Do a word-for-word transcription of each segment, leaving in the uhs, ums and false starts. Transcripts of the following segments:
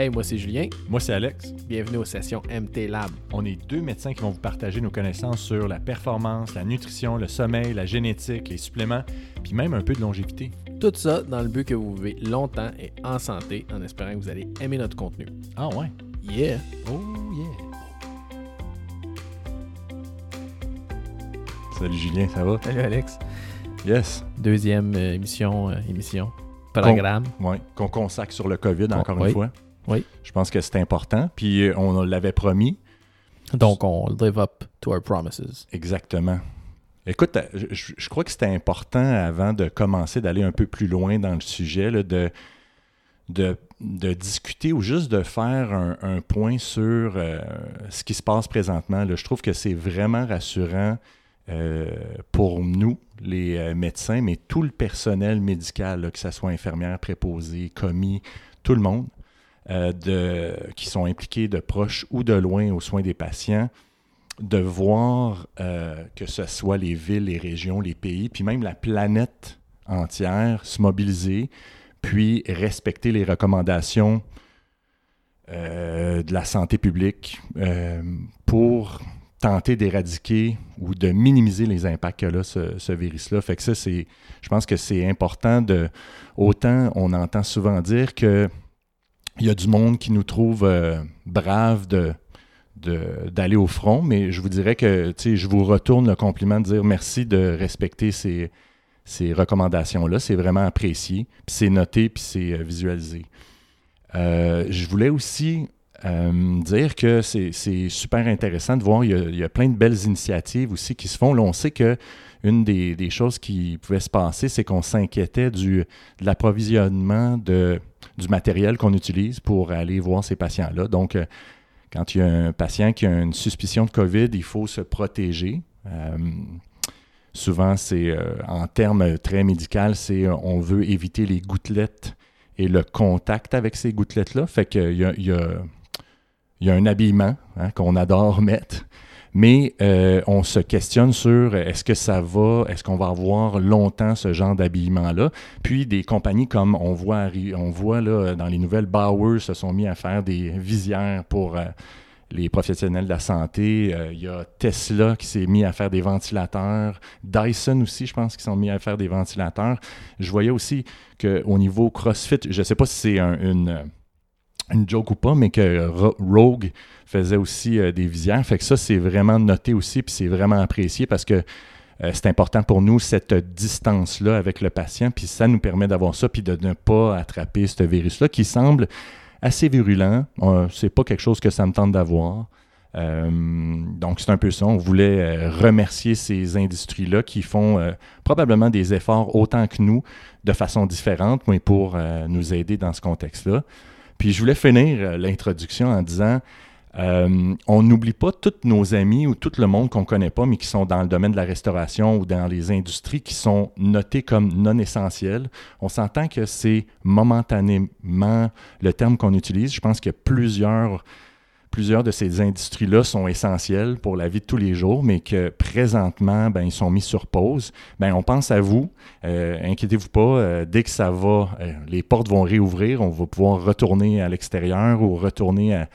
Hey, moi c'est Julien. Moi c'est Alex. Bienvenue aux sessions M T Lab. On est deux médecins qui vont vous partager nos connaissances sur la performance, la nutrition, le sommeil, la génétique, les suppléments, puis même un peu de longévité. Tout ça dans le but que vous vivez longtemps et en santé, en espérant que vous allez aimer notre contenu. Ah ouais? Yeah! Oh yeah! Salut Julien, ça va? Salut Alex. Yes. Deuxième euh, émission, euh, émission, programme. Oui, qu'on consacre sur le COVID encore oui. une fois. Oui. Je pense que c'est important. Puis euh, on l'avait promis. Donc on live up to our promises. Exactement. Écoute, je, je crois que c'était important avant de commencer d'aller un peu plus loin dans le sujet, là, de, de, de discuter ou juste de faire un, un point sur euh, ce qui se passe présentement. Là. Je trouve que c'est vraiment rassurant euh, pour nous, les euh, médecins, mais tout le personnel médical, là, que ce soit infirmières, préposés, commis, tout le monde, euh, de, qui sont impliqués de proche ou de loin aux soins des patients, de voir euh, que ce soit les villes, les régions, les pays, puis même la planète entière se mobiliser, puis respecter les recommandations euh, de la santé publique euh, pour tenter d'éradiquer ou de minimiser les impacts que là, ce, ce virus-là. Fait que ça, c'est, je pense que c'est important de... Autant on entend souvent dire qu'il y a du monde qui nous trouve euh, braves de... De, d'aller au front, mais je vous dirais que, tu sais, je vous retourne le compliment de dire merci de respecter ces, ces recommandations-là. C'est vraiment apprécié, puis c'est noté, puis c'est euh, visualisé. Euh, je voulais aussi euh, dire que c'est, c'est super intéressant de voir, il y, a, il y a plein de belles initiatives aussi qui se font. Là, on sait qu'une des, des choses qui pouvaient se passer, c'est qu'on s'inquiétait du, de l'approvisionnement de, du matériel qu'on utilise pour aller voir ces patients-là. Donc, euh, quand il y a un patient qui a une suspicion de COVID, il faut se protéger. Euh, souvent, c'est euh, en termes très médicaux, c'est euh, on veut éviter les gouttelettes et le contact avec ces gouttelettes-là. Fait qu'il y a, il y a, il y a un habillement hein, qu'on adore mettre, mais euh, on se questionne sur est-ce que ça va, est-ce qu'on va avoir longtemps ce genre d'habillement-là. Puis des compagnies comme on voit, on voit là, dans les nouvelles, Bauer se sont mis à faire des visières pour euh, les professionnels de la santé. Euh, il y a Tesla qui s'est mis à faire des ventilateurs. Dyson aussi, je pense, qui sont mis à faire des ventilateurs. Je voyais aussi qu'au niveau CrossFit, je ne sais pas si c'est un, une... une joke ou pas, mais que Rogue faisait aussi euh, des visières. Fait que ça, c'est vraiment noté aussi, puis c'est vraiment apprécié parce que euh, c'est important pour nous, cette distance-là avec le patient, puis ça nous permet d'avoir ça, puis de ne pas attraper ce virus-là qui semble assez virulent. Euh, c'est pas quelque chose que ça me tente d'avoir. Euh, donc, c'est un peu ça. On voulait euh, remercier ces industries-là qui font euh, probablement des efforts autant que nous, de façon différente, mais pour euh, nous aider dans ce contexte-là. Puis je voulais finir euh, l'introduction en disant euh, on n'oublie pas tous nos amis ou tout le monde qu'on ne connaît pas, mais qui sont dans le domaine de la restauration ou dans les industries qui sont notés comme non essentiels. On s'entend que c'est momentanément le terme qu'on utilise. Je pense qu'il y a plusieurs, plusieurs de ces industries-là sont essentielles pour la vie de tous les jours, mais que présentement, ben, ils sont mis sur pause. Ben, on pense à vous. Euh, inquiétez-vous pas, euh, dès que ça va, euh, les portes vont réouvrir, on va pouvoir retourner à l'extérieur ou retourner à,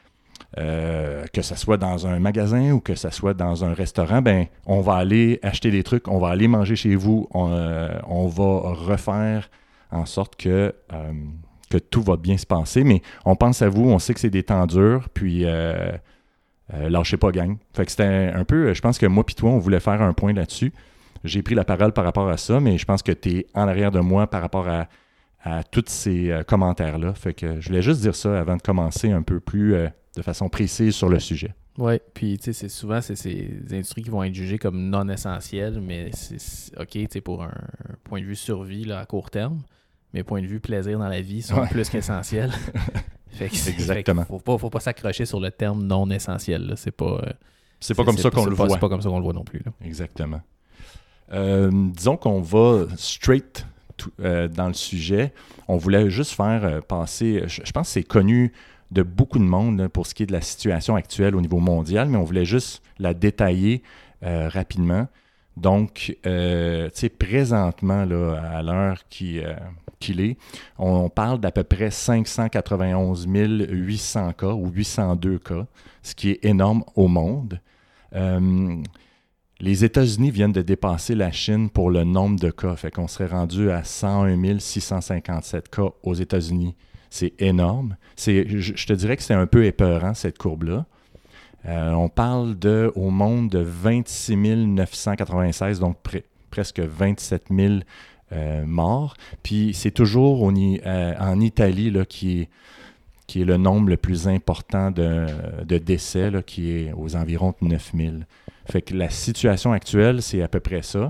euh, que ce soit dans un magasin ou que ce soit dans un restaurant, ben, on va aller acheter des trucs, on va aller manger chez vous, on, euh, on va refaire en sorte que... Euh, que tout va bien se passer, mais on pense à vous, on sait que c'est des temps durs, puis euh, euh, lâchez pas gang. Fait que c'était un peu, je pense que moi puis toi, on voulait faire un point là-dessus. J'ai pris la parole par rapport à ça, mais je pense que tu es en arrière de moi par rapport à, à tous ces euh, commentaires-là. Fait que je voulais juste dire ça avant de commencer un peu plus euh, de façon précise sur le sujet. Oui, puis tu sais, c'est souvent c'est ces industries qui vont être jugées comme non essentielles, mais c'est, c'est OK, tu sais, pour un point de vue survie là, à court terme. Mes points de vue plaisir dans la vie sont ouais. plus qu'essentiels. Fait que Exactement. Il ne faut pas, faut pas s'accrocher sur le terme non essentiel. Là. C'est pas, euh, c'est pas c'est, comme c'est, ça qu'on c'est le pas, voit. C'est pas comme ça qu'on le voit non plus. Là. Exactement. Euh, disons qu'on va straight to, euh, dans le sujet. On voulait juste faire euh, passer... Je, je pense que c'est connu de beaucoup de monde là, pour ce qui est de la situation actuelle au niveau mondial, mais on voulait juste la détailler euh, rapidement. Donc, euh, tu sais, présentement, là, à l'heure qui, euh, qu'il est, on parle d'à peu près cinq cent quatre-vingt-onze mille huit cents cas ou huit cent deux cas, ce qui est énorme au monde. Euh, les États-Unis viennent de dépasser la Chine pour le nombre de cas. Fait qu'on serait rendu à cent un mille six cent cinquante-sept cas aux États-Unis. C'est énorme. C'est, je, je te dirais que c'est un peu épeurant, cette courbe-là. Euh, on parle de, au monde de vingt-six mille neuf cent quatre-vingt-seize, donc pre- presque vingt-sept mille euh, morts. Puis c'est toujours au, euh, en Italie là, qui, est, qui est le nombre le plus important de, de décès, là, qui est aux environs de neuf mille. Fait que la situation actuelle, c'est à peu près ça.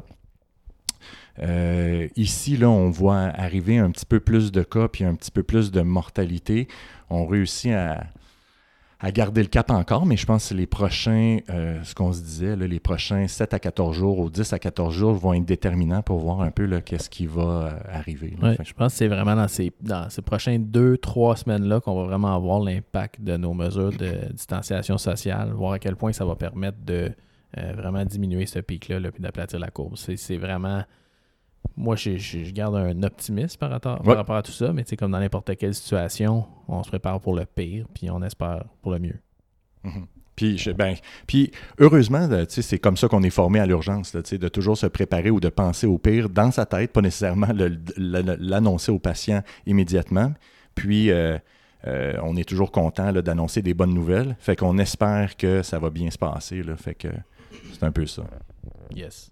Euh, ici, là, on voit arriver un petit peu plus de cas puis un petit peu plus de mortalité. On réussit à, à garder le cap encore, mais je pense que les prochains, euh, ce qu'on se disait, là, les prochains sept à quatorze jours ou dix à quatorze jours vont être déterminants pour voir un peu là, qu'est-ce qui va euh, arriver. Là. Ouais, Fait. Je pense que c'est vraiment dans ces, dans ces prochains deux, trois semaines-là qu'on va vraiment avoir l'impact de nos mesures de distanciation sociale, voir à quel point ça va permettre de euh, vraiment diminuer ce pic-là là, puis d'aplatir la courbe. C'est, c'est vraiment... Moi, je, je, je garde un optimisme par rapport, par ouais. rapport à tout ça, mais tu sais, comme dans n'importe quelle situation, on se prépare pour le pire, puis on espère pour le mieux. Mm-hmm. Puis, je, ben, puis, heureusement, c'est comme ça qu'on est formé à l'urgence, là, de toujours se préparer ou de penser au pire dans sa tête, pas nécessairement le, le, l'annoncer au patient immédiatement. Puis, euh, euh, on est toujours content là, d'annoncer des bonnes nouvelles. Fait qu'on espère que ça va bien se passer. Là, fait que c'est un peu ça. Yes.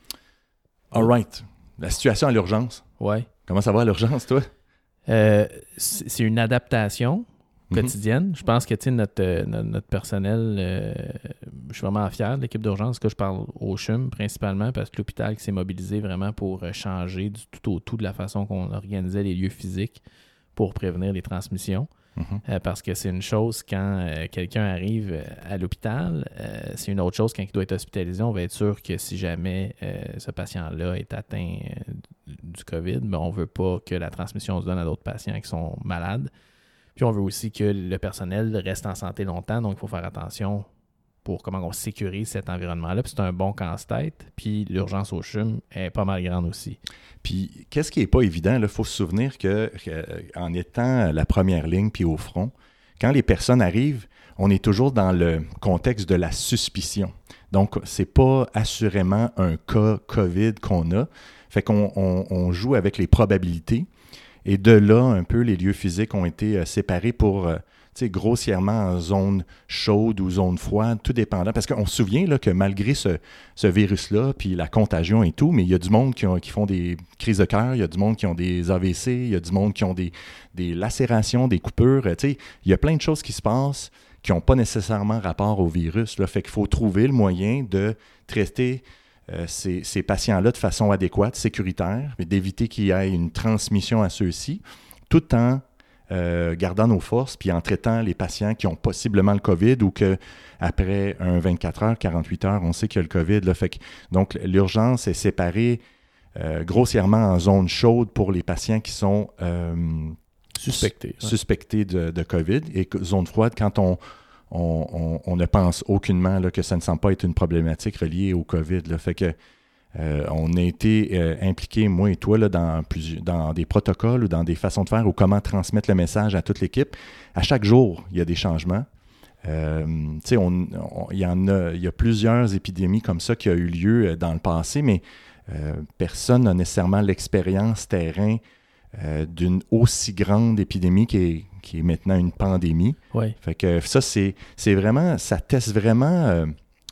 All right. La situation à l'urgence. Ouais. Comment ça va à l'urgence, toi? Euh, c'est, c'est une adaptation quotidienne. Mm-hmm. Je pense que notre, notre, notre personnel, euh, je suis vraiment fier de l'équipe d'urgence. Que je parle au C H U M principalement parce que l'hôpital qui s'est mobilisé vraiment pour changer du tout au tout de la façon qu'on organisait les lieux physiques pour prévenir les transmissions. Mm-hmm. Euh, parce que c'est une chose quand euh, quelqu'un arrive à l'hôpital, euh, c'est une autre chose quand il doit être hospitalisé. On va être sûr que si jamais euh, ce patient-là est atteint euh, du COVID, ben, on ne veut pas que la transmission se donne à d'autres patients qui sont malades. Puis on veut aussi que le personnel reste en santé longtemps, donc il faut faire attention pour comment on sécurise cet environnement-là. Puis c'est un bon casse-tête. Puis l'urgence au C H U M est pas mal grande aussi. Puis qu'est-ce qui n'est pas évident, il faut se souvenir que, que en étant la première ligne puis au front, quand les personnes arrivent, on est toujours dans le contexte de la suspicion. Donc, c'est pas assurément un cas COVID qu'on a. Fait qu'on on, on joue avec les probabilités. Et de là, un peu, les lieux physiques ont été euh, séparés pour, euh, tu sais, grossièrement en zone chaude ou zone froide, tout dépendant. Parce qu'on se souvient là, que malgré ce, ce virus-là, puis la contagion et tout, mais il y a du monde qui, ont, qui font des crises de cœur, il y a du monde qui ont des A V C, il y a du monde qui ont des, des lacérations, des coupures. Tu sais, il y a plein de choses qui se passent qui n'ont pas nécessairement rapport au virus. Là. Fait qu'il faut trouver le moyen de traiter Euh, ces, ces patients-là de façon adéquate, sécuritaire, mais d'éviter qu'il y ait une transmission à ceux-ci, tout en euh, gardant nos forces, puis en traitant les patients qui ont possiblement le COVID ou qu'après un vingt-quatre heures, quarante-huit heures, on sait qu'il y a le COVID. Là, fait que, donc, l'urgence est séparée euh, grossièrement en zone chaude pour les patients qui sont euh, suspectés, su- ouais. suspectés de, de COVID et zone froide quand on On, on, on ne pense aucunement là, que ça ne semble pas être une problématique reliée au COVID. Là. Fait que euh, on a été euh, impliqués, moi et toi, là, dans, plusieurs, dans des protocoles ou dans des façons de faire ou comment transmettre le message à toute l'équipe. À chaque jour, il y a des changements. Euh, tu sais, on, on, il y en a, il y a plusieurs épidémies comme ça qui ont eu lieu dans le passé, mais euh, personne n'a nécessairement l'expérience terrain euh, d'une aussi grande épidémie qui est qui est maintenant une pandémie. Ouais. Fait que ça, c'est, c'est vraiment, ça teste vraiment euh,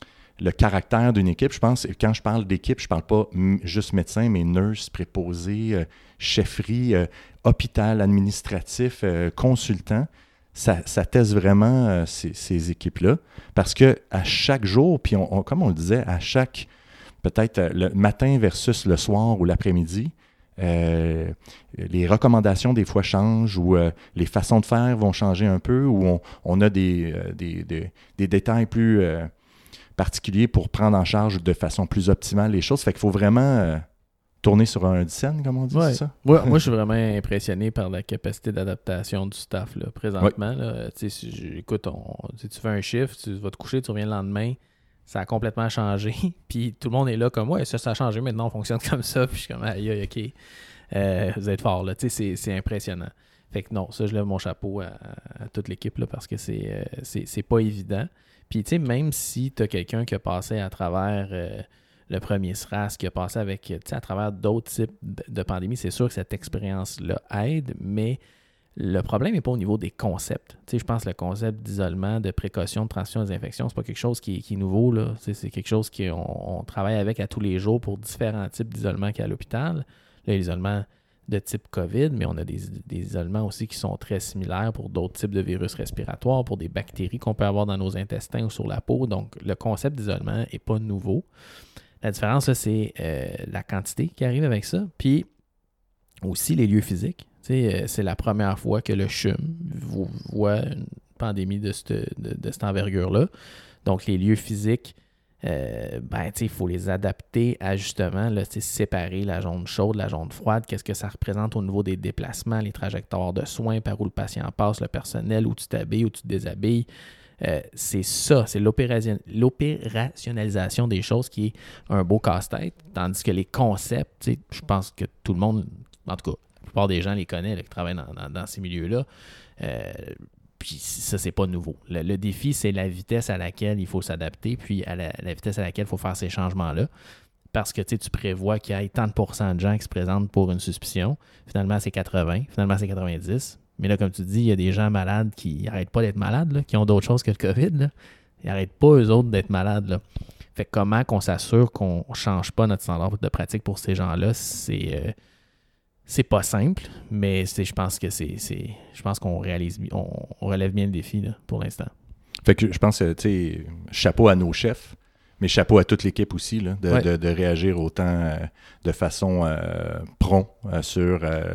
le caractère d'une équipe. Je pense, quand je parle d'équipe, je ne parle pas m- juste médecin, mais nurse, préposé, euh, chefferie, euh, hôpital administratif, euh, consultant. Ça, ça teste vraiment euh, ces, ces équipes-là. Parce que à chaque jour, puis on, on, comme on le disait, à chaque, peut-être euh, le matin versus le soir ou l'après-midi, Euh, les recommandations des fois changent ou euh, les façons de faire vont changer un peu ou on, on a des, euh, des, des, des détails plus euh, particuliers pour prendre en charge de façon plus optimale les choses. Fait qu'il faut vraiment euh, tourner sur un dizaine, comme on dit, ouais. c'est ça? Ouais, moi, je suis vraiment impressionné par la capacité d'adaptation du staff là, présentement. Ouais. Là, si, écoute, on, si tu fais un chiffre, tu vas te coucher, tu reviens le lendemain. Ça a complètement changé. Puis tout le monde est là comme, ouais, ça, ça a changé. Maintenant, on fonctionne comme ça. Puis je suis comme, aïe, aïe, OK. Euh, vous êtes fort, là. Tu sais, c'est, c'est impressionnant. Fait que non, ça, je lève mon chapeau à, à toute l'équipe, là, parce que c'est, euh, c'est, c'est pas évident. Puis, tu sais, même si tu as quelqu'un qui a passé à travers euh, le premier SRAS, qui a passé avec, tu sais, à travers d'autres types de, de pandémies, c'est sûr que cette expérience-là aide, mais le problème n'est pas au niveau des concepts. Tu sais, je pense que le concept d'isolement, de précaution, de transition des infections, c'est pas quelque chose qui est, qui est nouveau, là. Tu sais, c'est quelque chose qu'on on travaille avec à tous les jours pour différents types d'isolement qu'il y a à l'hôpital. Là, l'isolement de type COVID, mais on a des, des isolements aussi qui sont très similaires pour d'autres types de virus respiratoires, pour des bactéries qu'on peut avoir dans nos intestins ou sur la peau. Donc, le concept d'isolement n'est pas nouveau. La différence, là, c'est euh, la quantité qui arrive avec ça, puis aussi les lieux physiques. Tu sais, euh, c'est la première fois que le C H U M voit une pandémie de cette, de, de cette envergure-là. Donc, les lieux physiques, Euh, ben, il faut les adapter à justement là, séparer la zone chaude, la zone froide, qu'est-ce que ça représente au niveau des déplacements, les trajectoires de soins, par où le patient passe, le personnel, où tu t'habilles, où tu te déshabilles. Euh, c'est ça, c'est l'opération, l'opérationnalisation des choses qui est un beau casse-tête, tandis que les concepts, je pense que tout le monde, en tout cas, la plupart des gens les connaissent, là, qui travaillent dans, dans, dans ces milieux-là. Euh, Puis ça, c'est pas nouveau. Le, le défi, c'est la vitesse à laquelle il faut s'adapter, puis à la, la vitesse à laquelle il faut faire ces changements-là. Parce que tu prévois qu'il y ait tant de pourcents de gens qui se présentent pour une suspicion. Finalement, c'est quatre-vingts. Finalement, c'est quatre-vingt-dix. Mais là, comme tu dis, il y a des gens malades qui n'arrêtent pas d'être malades, là, qui ont d'autres choses que le COVID. Là. Ils n'arrêtent pas, eux autres, d'être malades. Là. Fait que comment qu'on s'assure qu'on ne change pas notre standard de pratique pour ces gens-là, c'est... Euh, C'est pas simple, mais c'est, je pense que c'est, c'est. Je pense qu'on réalise on, on relève bien le défi là, pour l'instant. Fait que je pense, tu sais, chapeau à nos chefs, mais chapeau à toute l'équipe aussi, là, de, ouais. de, de réagir autant euh, de façon euh, prompt euh, sur, euh,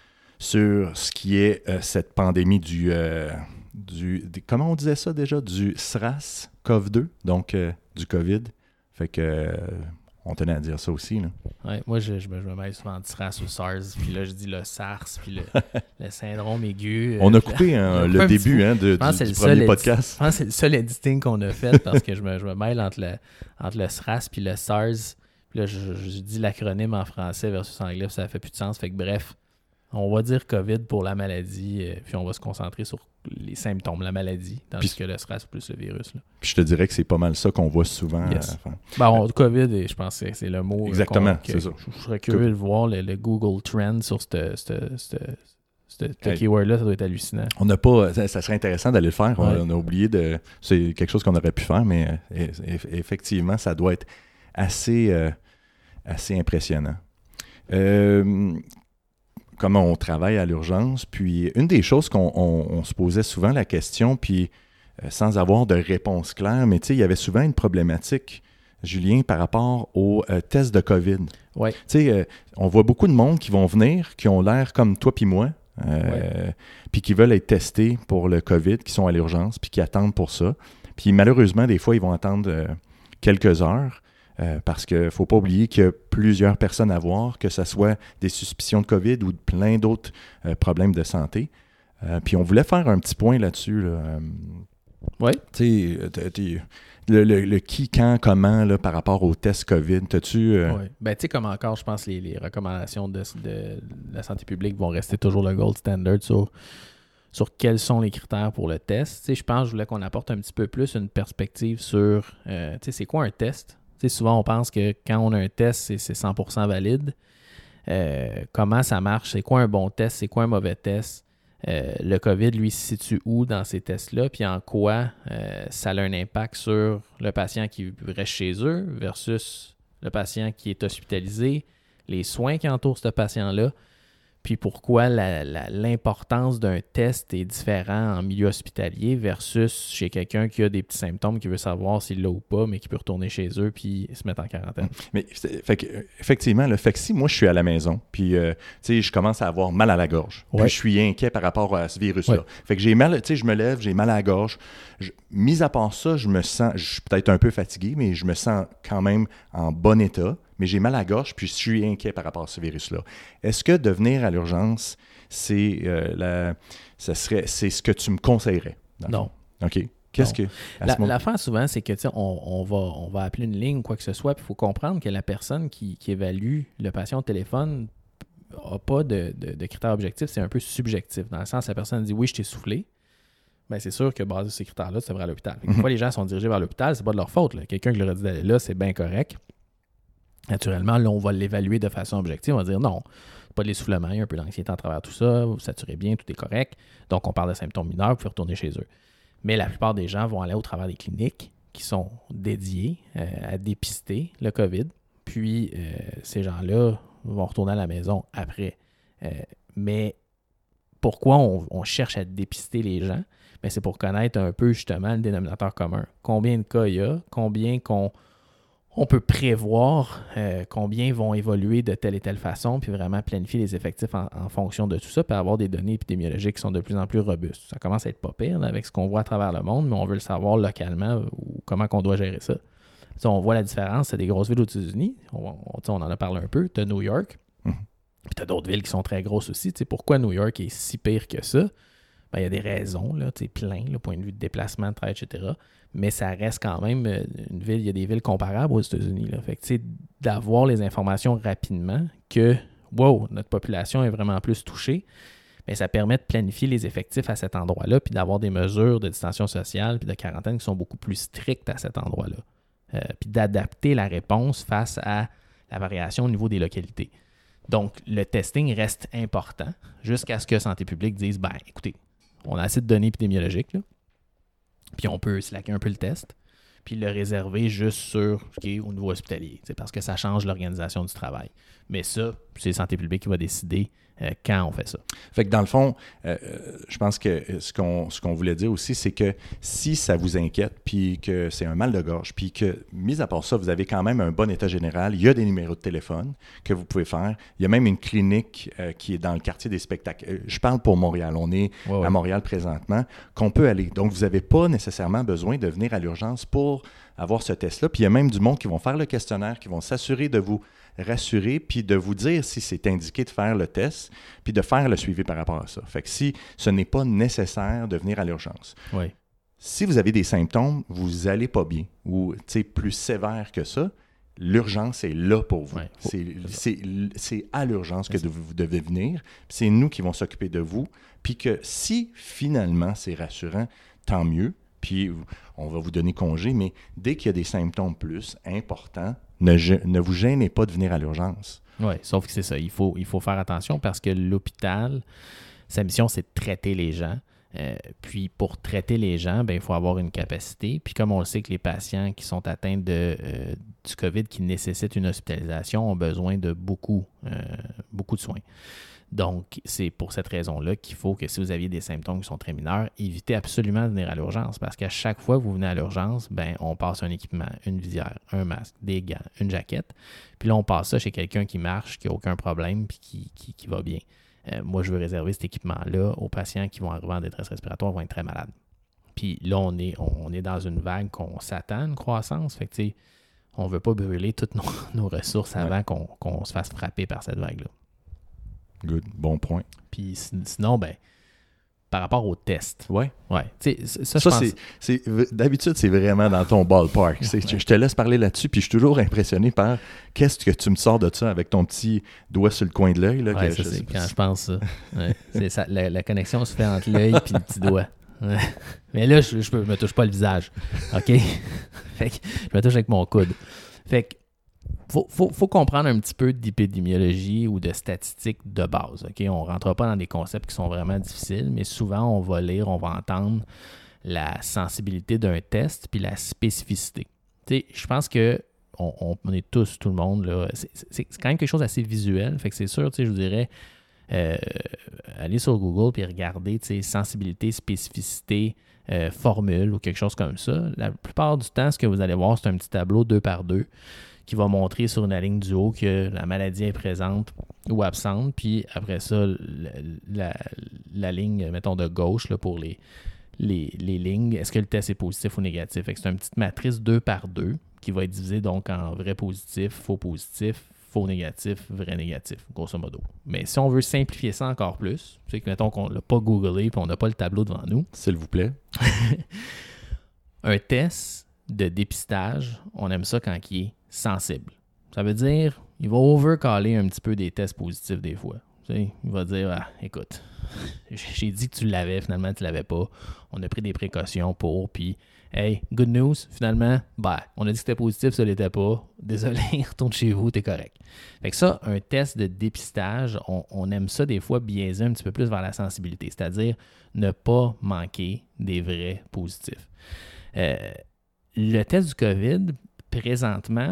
sur ce qui est euh, cette pandémie du, euh, du. Comment on disait ça déjà? Du SRAS C O V deux, donc euh, du COVID. Fait que. Euh, On tenait à dire ça aussi. Là. Ouais, moi, je, je, me, je me mêle souvent de SRAS ou SARS, puis là, je dis le SARS, puis le, le syndrome aigu. On a coupé hein, le début hein, de, du, du premier podcast. Je pense que c'est le seul editing qu'on a fait parce que je me, je me mêle entre le, entre le SRAS puis le SARS. Puis là, je, je dis l'acronyme en français versus anglais, puis ça fait plus de sens. Fait que bref, on va dire COVID pour la maladie, euh, puis on va se concentrer sur les symptômes, la maladie, tandis puis, que le SRAS plus le virus. Là. Puis je te dirais que c'est pas mal ça qu'on voit souvent. Yes. Euh, ben, on, COVID, et je pense que c'est le mot. Exactement, que, c'est ça. Je, je serais curieux de voir le, le Google Trend sur ce hey. keyword-là, ça doit être hallucinant. On n'a pas, ça, ça serait intéressant d'aller le faire. Ouais. On, on a oublié de. C'est quelque chose qu'on aurait pu faire, mais euh, effectivement, ça doit être assez, euh, assez impressionnant. Euh, comment on travaille à l'urgence. Puis une des choses qu'on on, on se posait souvent la question, puis euh, sans avoir de réponse claire, mais tu sais, il y avait souvent une problématique, Julien, par rapport aux euh, tests de COVID. Ouais. Tu sais, euh, on voit beaucoup de monde qui vont venir, qui ont l'air comme toi puis moi, euh, ouais. puis qui veulent être testés pour le COVID, qui sont à l'urgence, puis qui attendent pour ça. Puis malheureusement, des fois, ils vont attendre euh, quelques heures. Euh, parce qu'il ne faut pas oublier qu'il y a plusieurs personnes à voir, que ce soit des suspicions de COVID ou plein d'autres euh, problèmes de santé. Euh, puis on voulait faire un petit point là-dessus. Là. Euh, oui. Tu sais, le, le, le qui, quand, comment là, par rapport au test COVID, t'as-tu... Euh... Oui. Ben tu sais, comme encore, je pense que les, les recommandations de, de la santé publique vont rester toujours le gold standard sur, sur quels sont les critères pour le test. Tu sais, je pense que je voulais qu'on apporte un petit peu plus une perspective sur, euh, tu sais, c'est quoi un test? Tu sais, souvent, on pense que quand on a un test, c'est, c'est cent pour cent valide. Euh, comment ça marche? C'est quoi un bon test? C'est quoi un mauvais test? Euh, le COVID, lui, se situe où dans ces tests-là? Puis en quoi euh, ça a un impact sur le patient qui reste chez eux versus le patient qui est hospitalisé, les soins qui entourent ce patient-là? Puis pourquoi la, la, l'importance d'un test est différent en milieu hospitalier versus chez quelqu'un qui a des petits symptômes, qui veut savoir s'il l'a ou pas, mais qui peut retourner chez eux puis se mettre en quarantaine. Mais fait que, effectivement, le fait que si moi je suis à la maison, puis euh, je commence à avoir mal à la gorge, ouais. puis je suis inquiet par rapport à ce virus-là. Ouais. Fait que j'ai mal, tu sais, je me lève, j'ai mal à la gorge. Je, mis à part ça, je me sens, je suis peut-être un peu fatigué, mais je me sens quand même en bon état. Mais j'ai mal à la gorge, puis je suis inquiet par rapport à ce virus-là. Est-ce que de venir à l'urgence, c'est, euh, la, ça serait, c'est ce que tu me conseillerais? Non. OK. Qu'est-ce non. que... La, moment... L'affaire, souvent, c'est que on, on, va, on va appeler une ligne ou quoi que ce soit, puis il faut comprendre que la personne qui, qui évalue le patient au téléphone n'a pas de, de, de critères objectifs, c'est un peu subjectif. Dans le sens, la personne dit « oui, je t'ai soufflé », ben c'est sûr que basé sur ces critères-là, tu devrais à l'hôpital. Des fois, les gens sont dirigés vers l'hôpital, c'est pas de leur faute. Là. Quelqu'un qui leur a dit d'aller là, c'est bien correct. Naturellement, là, on va l'évaluer de façon objective. On va dire non, pas de l'essoufflement, il y a un peu d'anxiété en travers tout ça, vous saturez bien, tout est correct. Donc, on parle de symptômes mineurs, vous pouvez retourner chez eux. Mais la plupart des gens vont aller au travers des cliniques qui sont dédiées euh, à dépister le COVID. Puis, euh, ces gens-là vont retourner à la maison après. Euh, mais pourquoi on, on cherche à dépister les gens? Bien, c'est pour connaître un peu justement le dénominateur commun. Combien de cas il y a, combien qu'on on peut prévoir, euh, combien vont évoluer de telle et telle façon, puis vraiment planifier les effectifs en, en fonction de tout ça, puis avoir des données épidémiologiques qui sont de plus en plus robustes. Ça commence à être pas pire là, avec ce qu'on voit à travers le monde, mais on veut le savoir localement ou comment on doit gérer ça. T'sais, on voit la différence, c'est des grosses villes aux États-Unis, on, on, on en a parlé un peu, tu as New York, mm-hmm. puis tu as d'autres villes qui sont très grosses aussi. T'sais, pourquoi New York est si pire que ça? Ben, il y a des raisons, là, plein, le point de vue de déplacement, de travail, et cetera. Mais ça reste quand même une ville, il y a des villes comparables aux États-Unis. Là. Fait que, tu sais, d'avoir les informations rapidement que, wow, notre population est vraiment plus touchée, bien, ça permet de planifier les effectifs à cet endroit-là, puis d'avoir des mesures de distanciation sociale, puis de quarantaine qui sont beaucoup plus strictes à cet endroit-là. Euh, puis d'adapter la réponse face à la variation au niveau des localités. Donc, le testing reste important jusqu'à ce que Santé publique dise, ben, écoutez, on a assez de données épidémiologiques, là. Puis on peut slacker un peu le test, puis le réserver juste sur ce qui est au niveau hospitalier. C'est parce que ça change l'organisation du travail. Mais ça, c'est Santé publique qui va décider euh, quand on fait ça. Fait que dans le fond, euh, je pense que ce qu'on, ce qu'on voulait dire aussi, c'est que si ça vous inquiète, puis que c'est un mal de gorge, puis que, mis à part ça, vous avez quand même un bon état général, il y a des numéros de téléphone que vous pouvez faire. Il y a même une clinique euh, qui est dans le quartier des spectacles. Je parle pour Montréal. On est ouais, ouais. à Montréal présentement, qu'on peut aller. Donc, vous n'avez pas nécessairement besoin de venir à l'urgence pour avoir ce test-là. Puis il y a même du monde qui vont faire le questionnaire, qui vont s'assurer de vous rassurer, puis de vous dire si c'est indiqué de faire le test, puis de faire le suivi par rapport à ça. Fait que si ce n'est pas nécessaire de venir à l'urgence. Oui. Si vous avez des symptômes, vous n'allez pas bien, ou plus sévère que ça, l'urgence est là pour vous. Ouais. C'est, c'est, c'est à l'urgence que de, vous devez venir. C'est nous qui vons s'occuper de vous. Puis que si finalement c'est rassurant, tant mieux. Puis on va vous donner congé, mais dès qu'il y a des symptômes plus importants, ne, ne vous gênez pas de venir à l'urgence. Oui, sauf que c'est ça. Il faut, il faut faire attention parce que l'hôpital, sa mission, c'est de traiter les gens. Euh, puis pour traiter les gens, ben, il faut avoir une capacité. Puis comme on le sait que les patients qui sont atteints de, euh, du COVID qui nécessitent une hospitalisation ont besoin de beaucoup, euh, beaucoup de soins. Donc, c'est pour cette raison-là qu'il faut que si vous aviez des symptômes qui sont très mineurs, évitez absolument de venir à l'urgence parce qu'à chaque fois que vous venez à l'urgence, ben, on passe un équipement, une visière, un masque, des gants, une jaquette. Puis là, on passe ça chez quelqu'un qui marche, qui n'a aucun problème puis qui, qui, qui va bien. Euh, moi, je veux réserver cet équipement-là aux patients qui vont arriver en détresse respiratoire, vont être très malades. Puis là, on est, on est dans une vague qu'on s'attend à une croissance. Fait que, tu sais, on ne veut pas brûler toutes nos, nos ressources avant ouais. qu'on, qu'on se fasse frapper par cette vague-là. Good, bon point. Puis sinon, ben, par rapport au test. Oui. Ouais. Tu sais, ça, ça je pense... c'est, c'est, d'habitude, c'est vraiment dans ton ballpark. C'est, ouais. Je te laisse parler là-dessus, puis je suis toujours impressionné par qu'est-ce que tu me sors de ça avec ton petit doigt sur le coin de l'œil. Là, ouais, que ça, je c'est quand je pense ça. Ouais. C'est ça la, la connexion se fait entre l'œil et le petit doigt. Ouais. Mais là, je ne me touche pas le visage. OK? Fait que je me touche avec mon coude. Fait que Faut, faut, faut comprendre un petit peu d'épidémiologie ou de statistiques de base. Okay? On ne rentrera pas dans des concepts qui sont vraiment difficiles, mais souvent, on va lire, on va entendre la sensibilité d'un test puis la spécificité. T'sais, je pense que on, on est tous, tout le monde, là, c'est, c'est, c'est quand même quelque chose d'assez visuel. Fait que c'est sûr, je vous dirais, euh, allez sur Google puis regardez sensibilité, spécificité, euh, formule ou quelque chose comme ça. La plupart du temps, ce que vous allez voir, c'est un petit tableau deux par deux qui va montrer sur une ligne du haut que la maladie est présente ou absente. Puis après ça, la, la, la ligne, mettons, de gauche là, pour les, les, les lignes, est-ce que le test est positif ou négatif? Fait que c'est une petite matrice deux par deux qui va être divisée donc en vrai positif, faux positif, faux négatif, vrai négatif, grosso modo. Mais si on veut simplifier ça encore plus, c'est que mettons qu'on ne l'a pas googlé et on n'a pas le tableau devant nous. S'il vous plaît. Un test de dépistage, on aime ça quand il est sensible. Ça veut dire, il va overcaller un petit peu des tests positifs des fois. Tu sais, il va dire, ah, écoute, j'ai dit que tu l'avais, finalement tu l'avais pas. On a pris des précautions pour, puis hey, good news, finalement, ben, on a dit que c'était positif, ça l'était pas. Désolé, retourne chez vous, t'es correct. Fait que ça, un test de dépistage, on, on aime ça des fois biaiser un petit peu plus vers la sensibilité, c'est-à-dire ne pas manquer des vrais positifs. Euh, le test du COVID, présentement,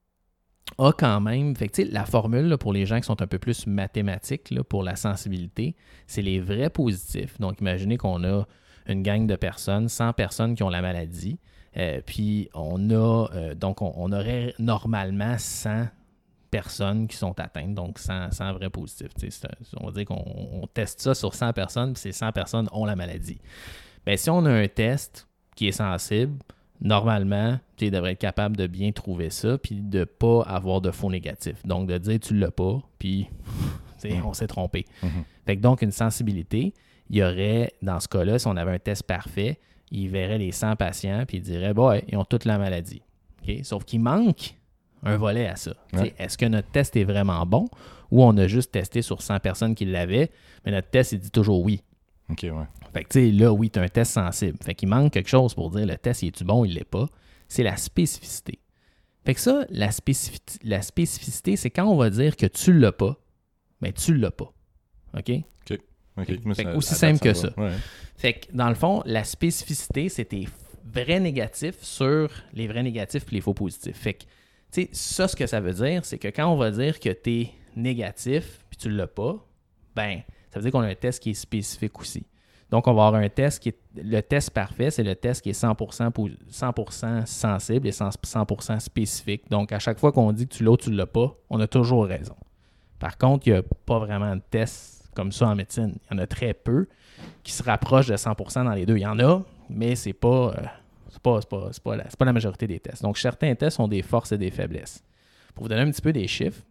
a quand même, fait que, la formule là, pour les gens qui sont un peu plus mathématiques là, pour la sensibilité, c'est les vrais positifs. Donc, imaginez qu'on a une gang de personnes, cent personnes qui ont la maladie, euh, puis on a, euh, donc on, on aurait normalement cent personnes qui sont atteintes, donc cent, cent vrais positifs. C'est, on va dire qu'on on teste ça sur cent personnes, puis ces cent personnes ont la maladie. Bien, si on a un test qui est sensible, normalement, tu devrais être capable de bien trouver ça, puis de ne pas avoir de faux négatifs. Donc, de dire tu ne l'as pas, puis mmh. on s'est trompé. Mmh. Fait que donc, une sensibilité, il y aurait, dans ce cas-là, si on avait un test parfait, il verrait les cent patients, puis il dirait, bah, ouais, ils ont toute la maladie. Okay? Sauf qu'il manque un volet à ça. Ouais. Est-ce que notre test est vraiment bon, ou on a juste testé sur cent personnes qui l'avaient, mais notre test, il dit toujours oui. OK, ouais. Fait que, tu sais, là, oui, tu as un test sensible. Fait qu'il manque quelque chose pour dire le test, il est-tu bon, il l'est pas. C'est la spécificité. Fait que ça, la, spécifi- la spécificité, c'est quand on va dire que tu l'as pas, mais tu l'as pas. OK? OK. Okay. Fait, fait ça, aussi ça simple que ça. ça. Ouais. Fait que, dans le fond, la spécificité, c'est tes vrais négatifs sur les vrais négatifs puis les faux positifs. Fait que, tu sais, ça, ce que ça veut dire, c'est que quand on va dire que tu es négatif puis tu l'as pas, ben, ça veut dire qu'on a un test qui est spécifique aussi. Donc, on va avoir un test qui est... Le test parfait, c'est le test qui est cent pour cent, cent pour cent sensible et cent pour cent spécifique. Donc, à chaque fois qu'on dit que tu l'as ou tu ne l'as pas, on a toujours raison. Par contre, il n'y a pas vraiment de test comme ça en médecine. Il y en a très peu qui se rapprochent de cent pour cent dans les deux. Il y en a, mais c'est pas, euh, c'est pas, c'est pas, c'est pas, la, c'est pas la majorité des tests. Donc, certains tests ont des forces et des faiblesses. Pour vous donner un petit peu des chiffres,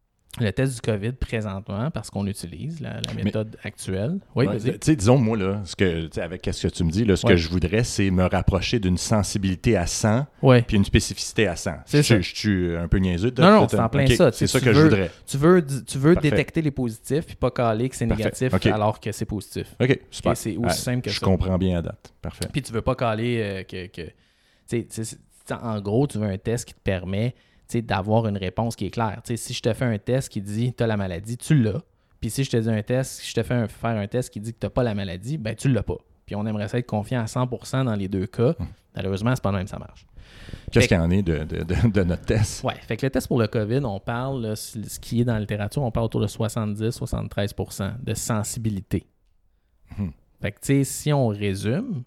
le test du COVID présentement, parce qu'on utilise la, la méthode Mais, actuelle. Oui, ouais, vas-y. Tu sais, disons, moi, là, ce que, avec ce que tu me dis, là, ce ouais. que je voudrais, c'est me rapprocher d'une sensibilité à cent ouais. puis une spécificité à cent. C'est je, ça. Je suis un peu niaiseux. De, non, non, de, c'est en plein okay, ça. C'est ça que veux, je voudrais. Tu veux, tu veux détecter les positifs puis pas caler que c'est Parfait. négatif okay. alors que c'est positif. OK, super. Okay, c'est aussi ah, simple que je ça. Je comprends bien à date. Parfait. Puis tu veux pas caler euh, que... que tu sais, en gros, tu veux un test qui te permet... d'avoir une réponse qui est claire. T'sais, si je te fais un test qui dit « tu as la maladie », tu l'as. Puis si je te dis un test, si je te fais un, faire un test qui dit que tu n'as pas la maladie, ben tu l'as pas. Puis on aimerait ça être confiant à cent pour cent dans les deux cas. Hum. Malheureusement, c'est pas le même, ça marche. Qu'est-ce qu'il y en est de, de, de, de notre test? Oui, fait que le test pour le COVID, on parle, là, ce qui est dans la littérature, on parle autour de soixante-dix à soixante-treize pour cent de sensibilité. Hum. Fait que tu sais, si on résume,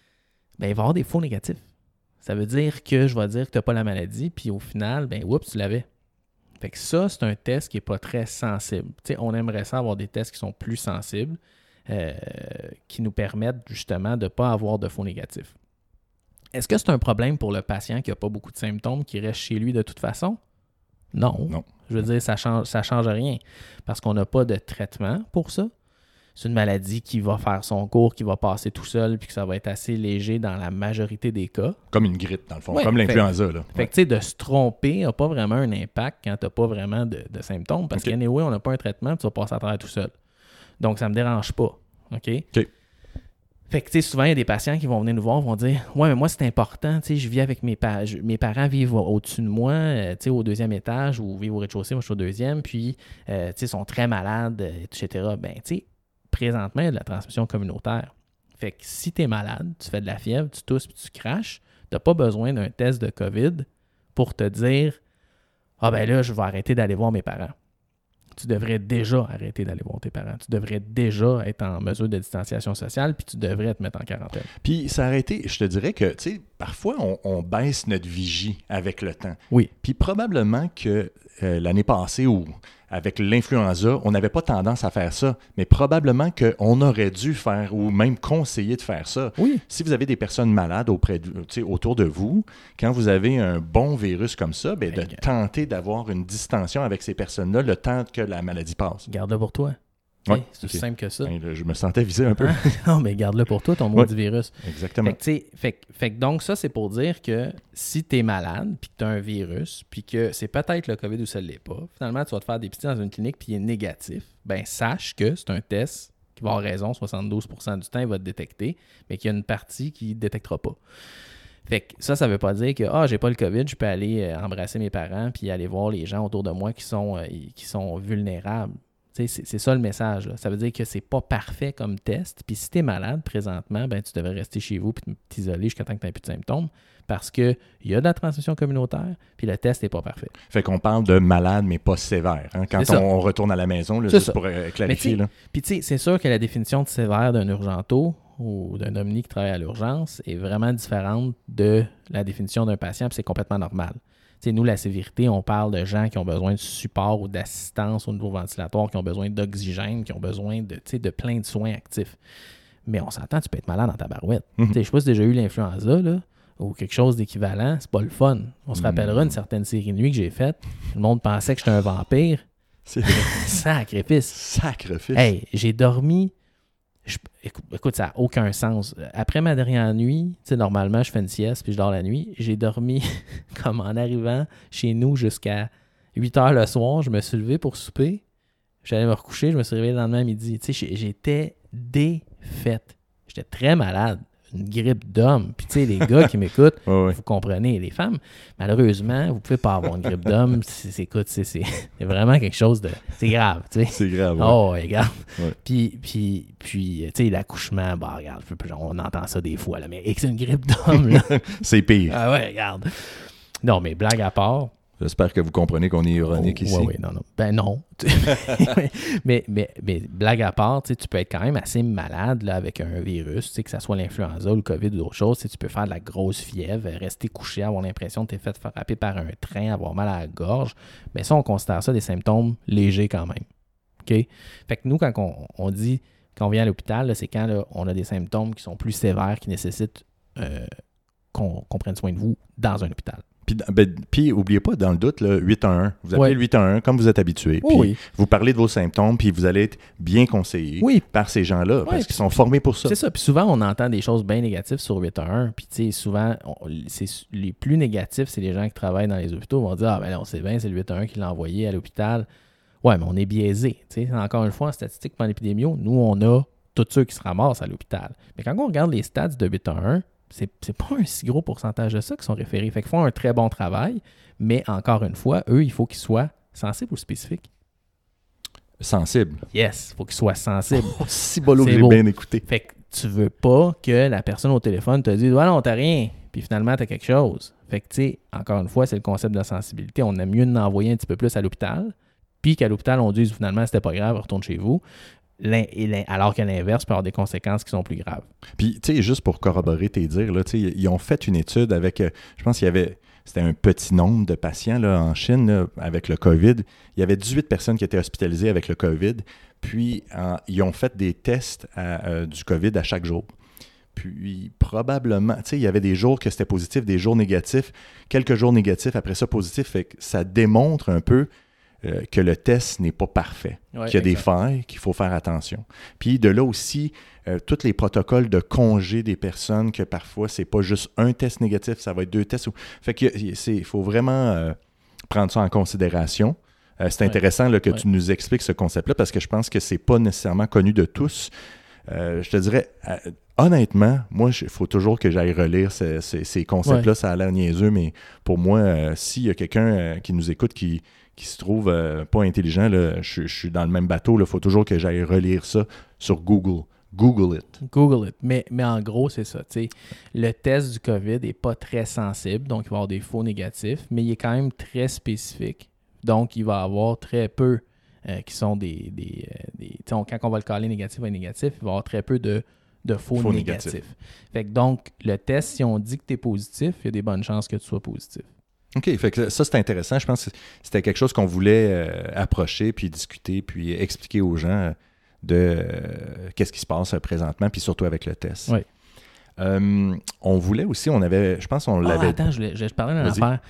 ben il va y avoir des faux négatifs. Ça veut dire que je vais dire que tu n'as pas la maladie, puis au final, ben oups, tu l'avais. Fait que ça, c'est un test qui n'est pas très sensible. T'sais, on aimerait ça avoir des tests qui sont plus sensibles, euh, qui nous permettent justement de ne pas avoir de faux négatifs. Est-ce que c'est un problème pour le patient qui n'a pas beaucoup de symptômes, qui reste chez lui de toute façon? Non. Non. Je veux dire, ça change, ça change rien, parce qu'on n'a pas de traitement pour ça. C'est une maladie qui va faire son cours, qui va passer tout seul, puis que ça va être assez léger dans la majorité des cas. Comme une grippe, dans le fond, ouais, comme l'influenza. Là. Fait que, tu sais, de se tromper n'a pas vraiment un impact quand tu n'as pas vraiment de, de symptômes, parce okay. qu'anyway, on n'a pas un traitement, tu vas passer à travers tout seul. Donc, ça ne me dérange pas. OK? OK. Fait que, tu sais, souvent, il y a des patients qui vont venir nous voir, vont dire « Ouais, mais moi, c'est important, tu sais, je vis avec mes parents, mes parents vivent au-dessus de moi, euh, tu sais, au deuxième étage, ou vivent au rez-de-chaussée, moi, je suis au deuxième, puis, euh, tu sais, sont très malades, et cetera. Ben, tu sais, présentement, il y a de la transmission communautaire. Fait que si tu es malade, tu fais de la fièvre, tu tousses puis tu craches, tu n'as pas besoin d'un test de COVID pour te dire « Ah ben là, je vais arrêter d'aller voir mes parents. » Tu devrais déjà arrêter d'aller voir tes parents. Tu devrais déjà être en mesure de distanciation sociale puis tu devrais te mettre en quarantaine. Puis ça a été, je te dirais que, tu sais, parfois, on, on baisse notre vigie avec le temps. Oui. Puis probablement que euh, l'année passée ou avec l'influenza, on n'avait pas tendance à faire ça, mais probablement qu'on aurait dû faire ou même conseiller de faire ça. Oui. Si vous avez des personnes malades auprès de, tu sais, autour de vous, quand vous avez un bon virus comme ça, bien, de tenter d'avoir une distension avec ces personnes-là le temps que la maladie passe. Garde-le pour toi. Ouais, c'est okay. aussi simple que ça. Ben, là, je me sentais visé un peu. Hein? Non, mais garde-le pour toi, ton maudit ouais. virus. Exactement. Fait que, fait, fait que donc, ça, c'est pour dire que si tu es malade, puis que tu as un virus, puis que c'est peut-être le COVID ou ça ne l'est pas, finalement, tu vas te faire dépister dans une clinique, puis il est négatif, ben sache que c'est un test qui va avoir raison, soixante-douze pour cent du temps, il va te détecter, mais qu'il y a une partie qui ne détectera pas. Fait que ça, ça veut pas dire que ah, j'ai pas le COVID, je peux aller euh, embrasser mes parents puis aller voir les gens autour de moi qui sont, euh, qui sont vulnérables. C'est, c'est ça le message. Là. Ça veut dire que c'est pas parfait comme test. Puis si tu es malade présentement, ben, tu devrais rester chez vous et t'isoler jusqu'à temps que tu n'aies plus de symptômes parce qu'il y a de la transmission communautaire puis le test n'est pas parfait. Fait qu'on parle de malade, mais pas sévère. Hein? Quand on, on retourne à la maison, là, juste ça. Pour euh, clarifier. Puis tu sais, c'est sûr que la définition de sévère d'un urgento ou d'un omni qui travaille à l'urgence est vraiment différente de la définition d'un patient, puis c'est complètement normal. T'sais, nous, la sévérité, on parle de gens qui ont besoin de support ou d'assistance au niveau ventilatoire, qui ont besoin d'oxygène, qui ont besoin de, de plein de soins actifs. Mais on s'entend, tu peux être malade dans ta barouette. Mm-hmm. Je ne sais pas si tu as déjà eu l'influenza là, ou quelque chose d'équivalent, c'est pas le fun. On se mm-hmm. rappellera une certaine série de nuit que j'ai faite. Le monde pensait que j'étais un vampire. C'est vrai. Sacrifice. Sacrifice. Hey, j'ai dormi... Je, écoute, écoute, ça n'a aucun sens. Après ma dernière nuit, tu sais, normalement, je fais une sieste puis je dors la nuit. J'ai dormi comme en arrivant chez nous jusqu'à huit heures le soir. Je me suis levé pour souper. J'allais me recoucher. Je me suis réveillé le lendemain à midi. Tu sais, j'étais défaite. J'étais très malade. Une grippe d'homme. Puis, tu sais, les gars qui m'écoutent, ouais, ouais. vous comprenez, les femmes, malheureusement, vous ne pouvez pas avoir une grippe d'homme. C'est, c'est, écoute, c'est, c'est, c'est vraiment quelque chose de... C'est grave, tu sais. C'est grave, ouais. Oh, regarde. Ouais. Puis, puis, puis tu sais, l'accouchement, bah, regarde, on entend ça des fois, là, mais c'est une grippe d'homme, là. C'est pire. Ah ouais, regarde. Non, mais blague à part... J'espère que vous comprenez qu'on est ironique oh, ici. Oui, oui, non, non. Ben non. mais, mais, mais blague à part, tu peux être quand même assez malade là, avec un virus, que ce soit l'influenza ou le COVID ou d'autres choses. Tu peux faire de la grosse fièvre, rester couché, avoir l'impression que tu es fait frapper par un train, avoir mal à la gorge. Mais ça, on considère ça des symptômes légers quand même. OK? Fait que nous, quand on, on dit qu'on vient à l'hôpital, là, c'est quand là, on a des symptômes qui sont plus sévères, qui nécessitent euh, qu'on, qu'on prenne soin de vous dans un hôpital. Puis, ben, puis, n'oubliez pas, dans le doute, le huit un un. Vous appelez ouais. le huit un un comme vous êtes habitué. Puis, oui. vous parlez de vos symptômes, puis vous allez être bien conseillé oui. par ces gens-là, oui. parce qu'ils sont formés pour ça. C'est ça. Puis souvent, on entend des choses bien négatives sur huit un un. Puis, tu sais, souvent, on, c'est, les plus négatifs, c'est les gens qui travaillent dans les hôpitaux. Ils vont dire, ah, ben là, on sait bien, c'est le huit un un qui l'a envoyé à l'hôpital. Ouais, mais on est biaisé. Tu sais, encore une fois, en statistique pendant l'épidémie, nous, on a tous ceux qui se ramassent à l'hôpital. Mais quand on regarde les stats de huit un un, C'est, c'est pas un si gros pourcentage de ça qui sont référés. Fait qu'ils font un très bon travail, mais encore une fois, eux, il faut qu'ils soient sensibles ou spécifiques. Sensibles. Yes, il faut qu'ils soient sensibles. Oh, si bolo que j'ai bien écouté. Fait que tu veux pas que la personne au téléphone te dise « Ouais, non, t'as rien », puis finalement, t'as quelque chose. Fait que, tu sais, encore une fois, c'est le concept de la sensibilité. On aime mieux d'envoyer un petit peu plus à l'hôpital, puis qu'à l'hôpital, on dise finalement, c'était pas grave, retourne chez vous. Alors qu'à l'inverse, peut avoir des conséquences qui sont plus graves. Puis, tu sais, juste pour corroborer tes dires, là, ils ont fait une étude avec, euh, je pense qu'il y avait, c'était un petit nombre de patients là, en Chine là, avec le COVID. Il y avait dix-huit personnes qui étaient hospitalisées avec le COVID. Puis, euh, ils ont fait des tests à, euh, du COVID à chaque jour. Puis, probablement, tu sais, il y avait des jours que c'était positif, des jours négatifs, quelques jours négatifs, après ça positif. Fait que ça démontre un peu Euh, que le test n'est pas parfait, ouais, qu'il y a exact. Des failles, qu'il faut faire attention. Puis de là aussi, euh, tous les protocoles de congé des personnes, que parfois, c'est pas juste un test négatif, ça va être deux tests. Fait qu'il faut vraiment euh, prendre ça en considération. Euh, c'est ouais. intéressant là, que ouais. tu nous expliques ce concept-là, parce que je pense que c'est pas nécessairement connu de tous. Euh, je te dirais, euh, honnêtement, moi, il faut toujours que j'aille relire ces, ces, ces concepts-là. Ouais. Ça a l'air niaiseux, mais pour moi, euh, s'il y a quelqu'un euh, qui nous écoute qui qui se trouve euh, pas intelligent, là, je, je suis dans le même bateau, il faut toujours que j'aille relire ça sur Google. Google it. Google it. Mais, mais en gros, c'est ça. T'sais. Le test du COVID n'est pas très sensible, donc il va y avoir des faux négatifs, mais il est quand même très spécifique. Donc, il va y avoir très peu euh, qui sont des... des, des on, quand on va le caler négatif ou négatif, il va y avoir très peu de, de faux, faux négatifs. négatifs. Fait que donc, le test, si on dit que tu es positif, il y a des bonnes chances que tu sois positif. OK, fait que ça, c'est intéressant. Je pense que c'était quelque chose qu'on voulait euh, approcher, puis discuter, puis expliquer aux gens de euh, qu'est-ce qui se passe présentement, puis surtout avec le test. Oui. Euh, on voulait aussi, on avait, je pense qu'on l'avait... Ah, attends, je, voulais, je, je parlais d'une affaire.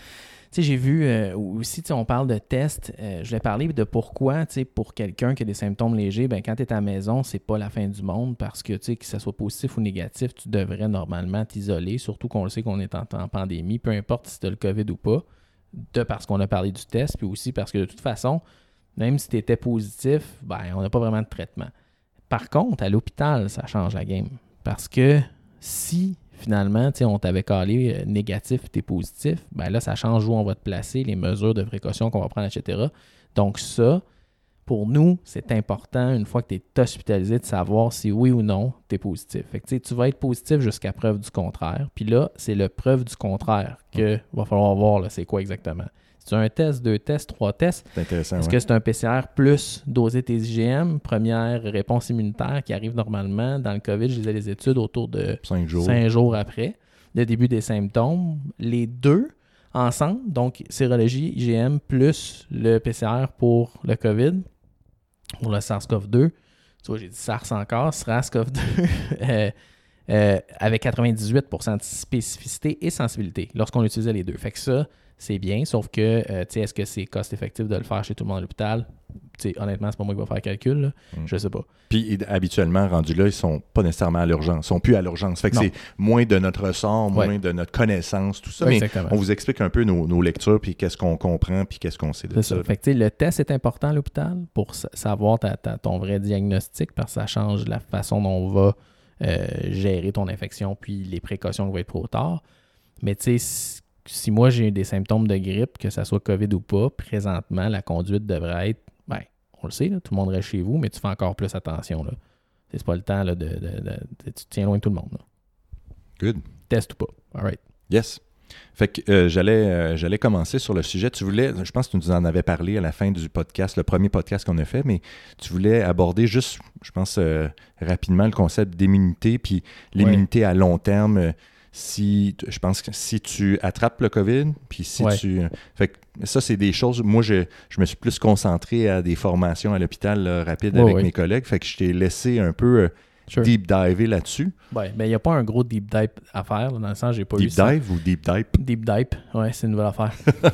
sais, j'ai vu euh, aussi, on parle de tests. Euh, je vais parler de pourquoi, tu sais, pour quelqu'un qui a des symptômes légers, ben, quand tu es à la maison, c'est pas la fin du monde parce que, tu sais, que ce soit positif ou négatif, tu devrais normalement t'isoler, surtout qu'on le sait qu'on est en, en pandémie, peu importe si tu as le COVID ou pas, de parce qu'on a parlé du test, puis aussi parce que de toute façon, même si tu étais positif, ben, on n'a pas vraiment de traitement. Par contre, à l'hôpital, ça change la game. Parce que si finalement, on t'avait calé euh, négatif et tu es positif, ben là, ça change où on va te placer, les mesures de précaution qu'on va prendre, et cetera. Donc ça, pour nous, c'est important, une fois que tu es hospitalisé, de savoir si oui ou non tu es positif. Fait que, tu vas être positif jusqu'à preuve du contraire. Puis là, c'est le preuve du contraire qu'il va falloir voir, là, c'est quoi exactement. C'est un test, deux tests, trois tests. C'est intéressant. Est-ce ouais. que c'est un P C R plus doser tes I G M, première réponse immunitaire qui arrive normalement dans le COVID, je disais les études autour de Cinq jours. cinq jours après le début des symptômes. Les deux ensemble, donc sérologie, I G M plus le P C R pour le COVID, pour le SARS-CoV deux. Tu vois, j'ai dit SARS encore, SARS-CoV deux, euh, euh, avec quatre-vingt-dix-huit pour cent de spécificité et sensibilité lorsqu'on utilisait les deux. Fait que ça, c'est bien, sauf que, euh, tu sais, est-ce que c'est cost-effectif de le faire chez tout le monde à l'hôpital? Tu sais, honnêtement, c'est pas moi qui va faire le calcul, là. Mm. Je sais pas. Puis, habituellement, rendus là, ils sont pas nécessairement à l'urgence. Ils sont plus à l'urgence. Fait que non. C'est moins de notre ressort, moins ouais. de notre connaissance, tout ça. Ouais, mais exactement. On vous explique un peu nos, nos lectures, puis qu'est-ce qu'on comprend, puis qu'est-ce qu'on sait de c'est ça. ça. Fait que, tu sais, le test est important à l'hôpital pour savoir ta, ta, ton vrai diagnostic, parce que ça change la façon dont on va euh, gérer ton infection, puis les précautions qui vont être trop tard. Mais, tu sais, si moi j'ai des symptômes de grippe, que ça soit COVID ou pas, présentement, la conduite devrait être, ben, on le sait, là, tout le monde reste chez vous, mais tu fais encore plus attention. Là. C'est pas le temps là, de, de, de, de. Tu te tiens loin de tout le monde. Là. Good. Test ou pas. All right. Yes. Fait que euh, j'allais, euh, j'allais commencer sur le sujet. Tu voulais, je pense que tu nous en avais parlé à la fin du podcast, le premier podcast qu'on a fait, mais tu voulais aborder juste, je pense, euh, rapidement le concept d'immunité, puis l'immunité ouais. à long terme. Euh, Si, je pense que si tu attrapes le COVID, puis si ouais. tu... Fait que ça, c'est des choses... Moi, je, je me suis plus concentré à des formations à l'hôpital là, rapides ouais, avec ouais. mes collègues. Fait que je t'ai laissé un peu euh, sure. deep diver là-dessus. Oui, mais il n'y a pas un gros deep dive à faire. Là, dans le sens, j'ai pas deep eu ça. Deep dive ou deep dive? Deep dive, ouais, c'est une nouvelle affaire.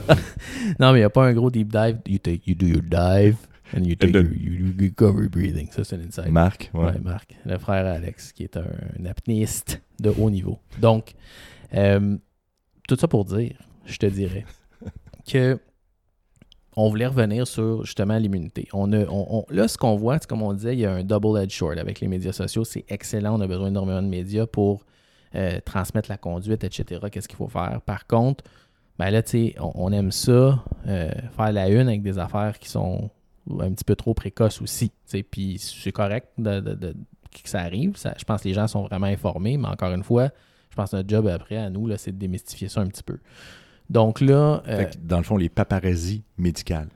Non, mais il n'y a pas un gros deep dive. You, take, you do your dive... And you take your, you recover breathing. Ça, c'est l'inside. Marc, ouais. ouais. Marc, le frère Alex, qui est un, un apnéiste de haut niveau. Donc, euh, tout ça pour dire, je te dirais, que on voulait revenir sur, justement, l'immunité. On a, on, on, là, ce qu'on voit, c'est comme on disait, il y a un double-edged sword avec les médias sociaux. C'est excellent. On a besoin énormément de médias pour euh, transmettre la conduite, et cetera. Qu'est-ce qu'il faut faire? Par contre, ben là, tu sais, on, on aime ça, euh, faire la une avec des affaires qui sont un petit peu trop précoce aussi. Puis c'est correct de, de, de, que ça arrive. Ça, je pense que les gens sont vraiment informés, mais encore une fois, je pense que notre job après à nous, là, c'est de démystifier ça un petit peu. Donc là... Euh, dans le fond, les paparazzis médicales.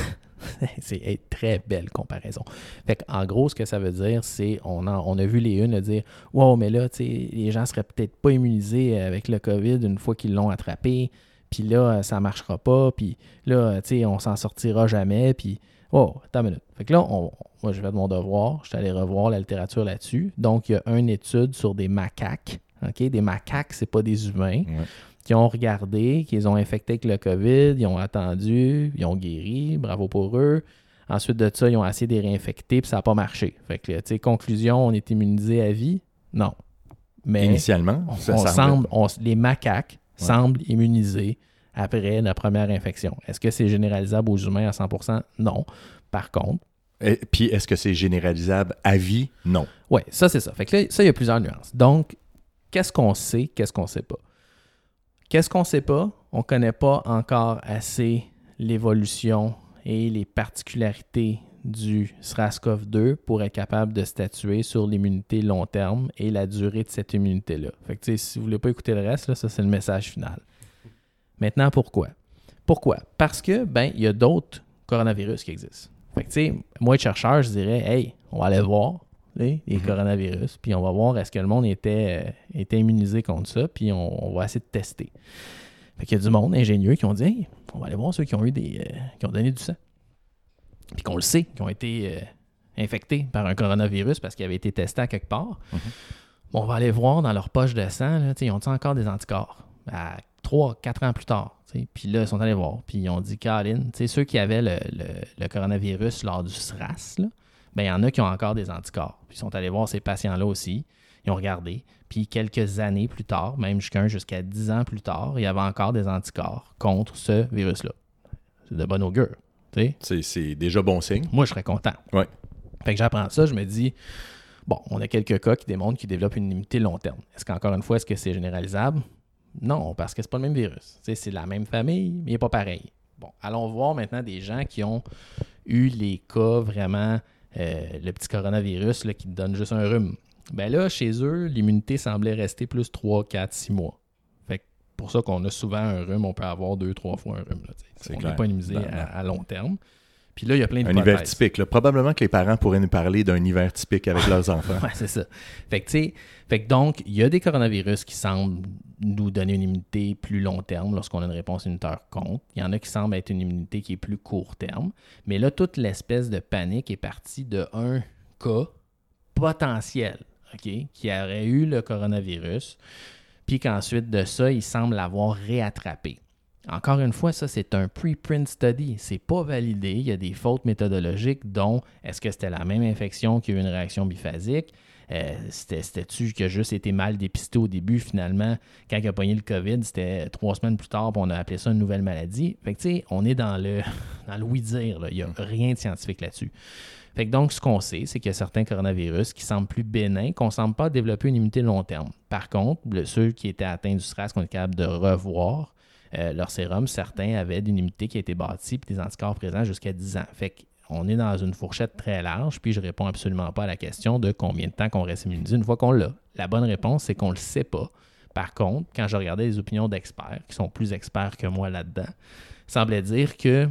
C'est une très belle comparaison. Fait en gros, ce que ça veut dire, c'est on a, on a vu les unes dire « Wow, mais là, les gens seraient peut-être pas immunisés avec le COVID une fois qu'ils l'ont attrapé, puis là, ça marchera pas, puis là, on s'en sortira jamais, puis... » Oh, attends une minute. Fait que là, on, moi, je vais de mon devoir. Je suis allé revoir la littérature là-dessus. Donc, il y a une étude sur des macaques. OK? Des macaques, c'est pas des humains. Ouais. Qui ont regardé, qu'ils ont infecté avec le COVID, ils ont attendu, ils ont guéri. Bravo pour eux. Ensuite de ça, ils ont essayé de les réinfecter, puis ça n'a pas marché. Fait que, tu sais, conclusion, on est immunisé à vie? Non. Mais initialement, on, ça, on ça semble, on, les macaques ouais. semblent immunisés après la première infection. Est-ce que c'est généralisable aux humains à cent pour cent? Non. Par contre... Et puis, est-ce que c'est généralisable à vie? Non. Oui, ça, c'est ça. Fait que là, ça, il y a plusieurs nuances. Donc, qu'est-ce qu'on sait? Qu'est-ce qu'on ne sait pas? Qu'est-ce qu'on ne sait pas? On ne connaît pas encore assez l'évolution et les particularités du SARS-CoV deux pour être capable de statuer sur l'immunité long terme et la durée de cette immunité-là. Fait que, tu sais, si vous ne voulez pas écouter le reste, là, ça, c'est le message final. Maintenant, pourquoi? Pourquoi? Parce que, ben, il y a d'autres coronavirus qui existent. Fait que, tu sais, moi, être chercheur, je dirais, hey, on va aller voir les, les mm-hmm. coronavirus, puis on va voir est-ce que le monde était, euh, était immunisé contre ça, puis on, on va essayer de tester. Fait qu'il y a du monde ingénieux qui ont dit, hey, on va aller voir ceux qui ont eu des, euh, qui ont donné du sang. Puis qu'on le sait, qui ont été euh, infectés par un coronavirus parce qu'ils avaient été testés à quelque part. Mm-hmm. Bon, on va aller voir dans leur poche de sang, là, ils ont-ils encore des anticorps? À trois, quatre ans plus tard. T'sais. Puis là, ils sont allés voir. Puis ils ont dit, Caroline, ceux qui avaient le, le, le coronavirus lors du SRAS, là, ben, il y en a qui ont encore des anticorps. Puis ils sont allés voir ces patients-là aussi. Ils ont regardé. Puis quelques années plus tard, même jusqu'à, jusqu'à dix ans plus tard, il y avait encore des anticorps contre ce virus-là. C'est de bon augure. C'est, c'est déjà bon signe. Moi, je serais content. Ouais. Fait que j'apprends ça, je me dis, bon, on a quelques cas qui démontrent qu'ils développent une immunité long terme. Est-ce qu'encore une fois, est-ce que c'est généralisable? Non, parce que c'est pas le même virus. T'sais, c'est la même famille, mais il n'est pas pareil. Bon, allons voir maintenant des gens qui ont eu les cas vraiment, euh, le petit coronavirus là, qui donne juste un rhume. Ben là, chez eux, l'immunité semblait rester plus trois, quatre, six mois. Fait que pour ça qu'on a souvent un rhume, on peut avoir deux, trois fois un rhume. Là, c'est on n'est pas immunisé à, à long terme. Puis là, il y a plein d'hypothèses. Un hiver typique. Là. Probablement que les parents pourraient nous parler d'un hiver typique avec leurs enfants. Oui, c'est ça. Fait que, tu sais, fait que donc, il y a des coronavirus qui semblent nous donner une immunité plus long terme lorsqu'on a une réponse immunitaire contre. Il y en a qui semblent être une immunité qui est plus court terme. Mais là, toute l'espèce de panique est partie de un cas potentiel, OK, qui aurait eu le coronavirus, puis qu'ensuite de ça, il semble l'avoir réattrapé. Encore une fois, ça, c'est un preprint study. C'est pas validé. Il y a des fautes méthodologiques, dont est-ce que c'était la même infection qui a eu une réaction biphasique? Euh, c'était, c'était-tu qui a juste été mal dépisté au début, finalement, quand il a pogné le COVID, c'était trois semaines plus tard, puis on a appelé ça une nouvelle maladie. Fait que, tu sais, on est dans le, dans le oui-dire, là. Il n'y a rien de scientifique là-dessus. Fait que donc, ce qu'on sait, c'est qu'il y a certains coronavirus qui semblent plus bénins, qu'on ne semble pas développer une immunité long terme. Par contre, le, ceux qui étaient atteints du SRAS, qu'on est capable de revoir, Euh, leur sérum, certains avaient une immunité qui a été bâtie et des anticorps présents jusqu'à dix ans. Fait qu'on est dans une fourchette très large, puis je ne réponds absolument pas à la question de combien de temps qu'on reste immunisé une fois qu'on l'a. La bonne réponse, c'est qu'on ne le sait pas. Par contre, quand je regardais les opinions d'experts, qui sont plus experts que moi là-dedans, semblait dire que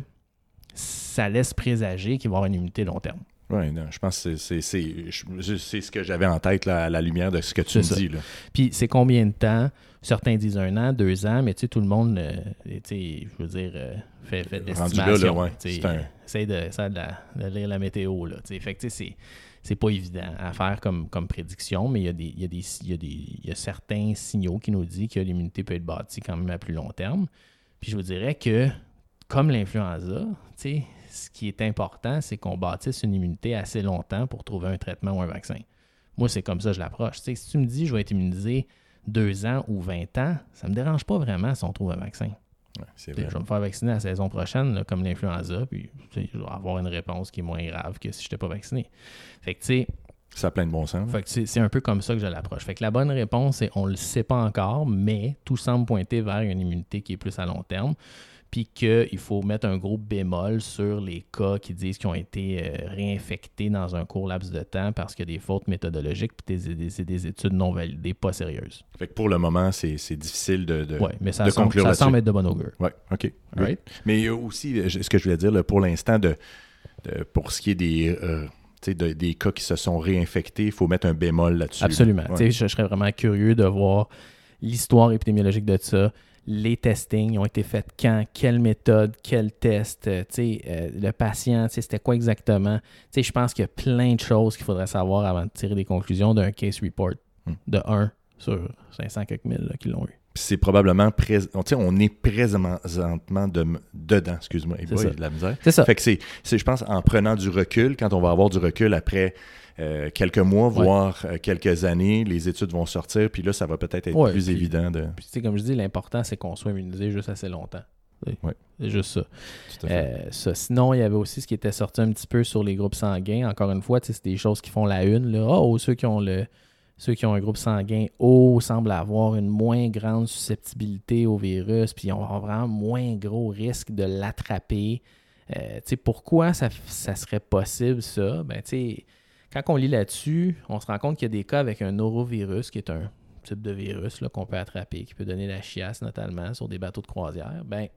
ça laisse présager qu'il va y avoir une immunité long terme. Oui, non, je pense que c'est, c'est, c'est, c'est ce que j'avais en tête là, à la lumière de ce que tu c'est me ça. dis. Là. Puis c'est combien de temps? Certains disent un an, deux ans, mais tu sais, tout le monde, euh, tu sais, je veux dire, euh, fait, fait de l'estimation. Là, là, ouais, c'est un... Essaye de, ça, de, la, de lire la météo, là. Fait que tu sais, c'est, c'est pas évident à faire comme, comme prédiction, mais il y a des, il y a des, il y a des, il y a certains signaux qui nous disent que l'immunité peut être bâtie quand même à plus long terme. Puis je vous dirais que, comme l'influenza, tu sais, ce qui est important, c'est qu'on bâtisse une immunité assez longtemps pour trouver un traitement ou un vaccin. Moi, c'est comme ça que je l'approche. T'sais, si tu me dis je vais être immunisé deux ans ou vingt ans, ça ne me dérange pas vraiment si on trouve un vaccin. Ouais, c'est vrai. Je vais me faire vacciner la saison prochaine, là, comme l'influenza, puis je vais avoir une réponse qui est moins grave que si je n'étais pas vacciné. Fait que, tu sais, ça a plein de bon sens. Fait que c'est, c'est un peu comme ça que je l'approche. Fait que la bonne réponse, c'est on ne le sait pas encore, mais tout semble pointer vers une immunité qui est plus à long terme. Puis qu'il faut mettre un gros bémol sur les cas qui disent qu'ils ont été euh, réinfectés dans un court laps de temps parce qu'il y a des fautes méthodologiques et des, des, des études non validées, pas sérieuses. Fait que pour le moment, c'est, c'est difficile de, de, ouais, mais ça de semble, conclure ça là-dessus. semble être de bon augure. Oui, OK. Right? Mais il y a aussi, ce que je voulais dire, là, pour l'instant, de, de, pour ce qui est des... Euh, De, des cas qui se sont réinfectés, il faut mettre un bémol là-dessus. Absolument. Là. Ouais. Je, je serais vraiment curieux de voir l'histoire épidémiologique de ça, les testings ont été faits quand, quelle méthode, quel test, euh, euh, le patient, c'était quoi exactement. Je pense qu'il y a plein de choses qu'il faudrait savoir avant de tirer des conclusions d'un case report hmm. de un sur cinq cents quelques mille là, qui l'ont eu. Puis c'est probablement pré- on, on est présentement de, dedans, excuse-moi, il y a de la misère. C'est ça. Fait que c'est, c'est, je pense, en prenant du recul, quand on va avoir du recul après euh, quelques mois, ouais. voire euh, quelques années, les études vont sortir, puis là, ça va peut-être être ouais, plus puis, évident. De... Puis, comme je dis, l'important, c'est qu'on soit immunisé juste assez longtemps. C'est, ouais. c'est juste ça. Tout à fait. Euh, ça. Sinon, il y avait aussi ce qui était sorti un petit peu sur les groupes sanguins. Encore une fois, c'est des choses qui font la une. Là. Oh, ceux qui ont le... Ceux qui ont un groupe sanguin haut semblent avoir une moins grande susceptibilité au virus, puis ils ont vraiment moins gros risque de l'attraper. Euh, pourquoi ça, ça serait possible, ça? Ben, quand on lit là-dessus, on se rend compte qu'il y a des cas avec un norovirus, qui est un type de virus là, qu'on peut attraper, qui peut donner la chiasse notamment sur des bateaux de croisière. Ben,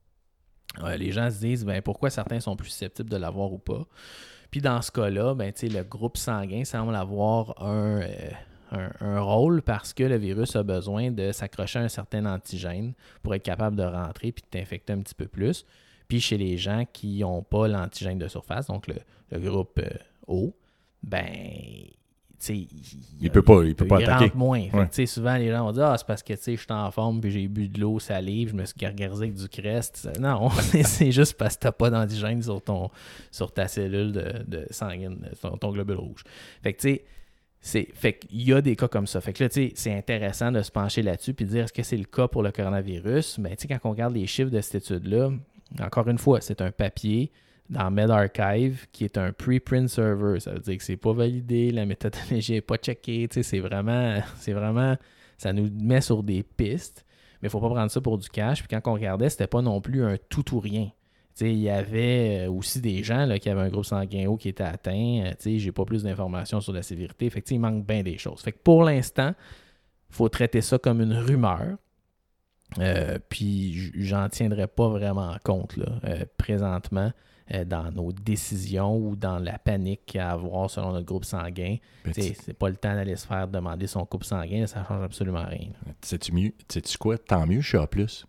euh, les gens se disent ben, pourquoi certains sont plus susceptibles de l'avoir ou pas. Puis dans ce cas-là, ben, le groupe sanguin semble avoir un... Euh, Un, un rôle parce que le virus a besoin de s'accrocher à un certain antigène pour être capable de rentrer et de t'infecter un petit peu plus. Puis chez les gens qui n'ont pas l'antigène de surface, donc le, le groupe euh, O, ben il, il peut pas, il peut pas il attaquer. rentre moins. Ouais. Fait que, souvent, les gens vont dire « Ah, c'est parce que je suis en forme puis j'ai bu de l'eau salive, je me suis gargarisé avec du Crest. » Non, c'est juste parce que t'as pas d'antigène sur, ton, sur ta cellule de, de sanguine, ton, ton globule rouge. Fait que tu sais, c'est, fait qu'il y a des cas comme ça. Fait que là, tu sais, c'est intéressant de se pencher là-dessus puis de dire est-ce que c'est le cas pour le coronavirus? Mais tu sais, quand on regarde les chiffres de cette étude-là, encore une fois, c'est un papier dans medRxiv qui est un preprint server. Ça veut dire que c'est pas validé, la méthodologie n'est pas checkée. Tu sais, c'est vraiment, c'est vraiment, ça nous met sur des pistes, mais il ne faut pas prendre ça pour du cash. Puis quand on regardait, c'était pas non plus un tout ou rien. Il y avait aussi des gens là, qui avaient un groupe sanguin haut qui était atteint. Je n'ai pas plus d'informations sur la sévérité. Fait que, il manque bien des choses. Fait que pour l'instant, il faut traiter ça comme une rumeur. Euh, puis j'en tiendrai pas vraiment compte là, euh, présentement euh, dans nos décisions ou dans la panique à avoir selon notre groupe sanguin. C'est pas le temps d'aller se faire demander son groupe sanguin. Ça ne change absolument rien. Sais-tu mieux? Sais-tu quoi? Tant mieux, je suis A plus.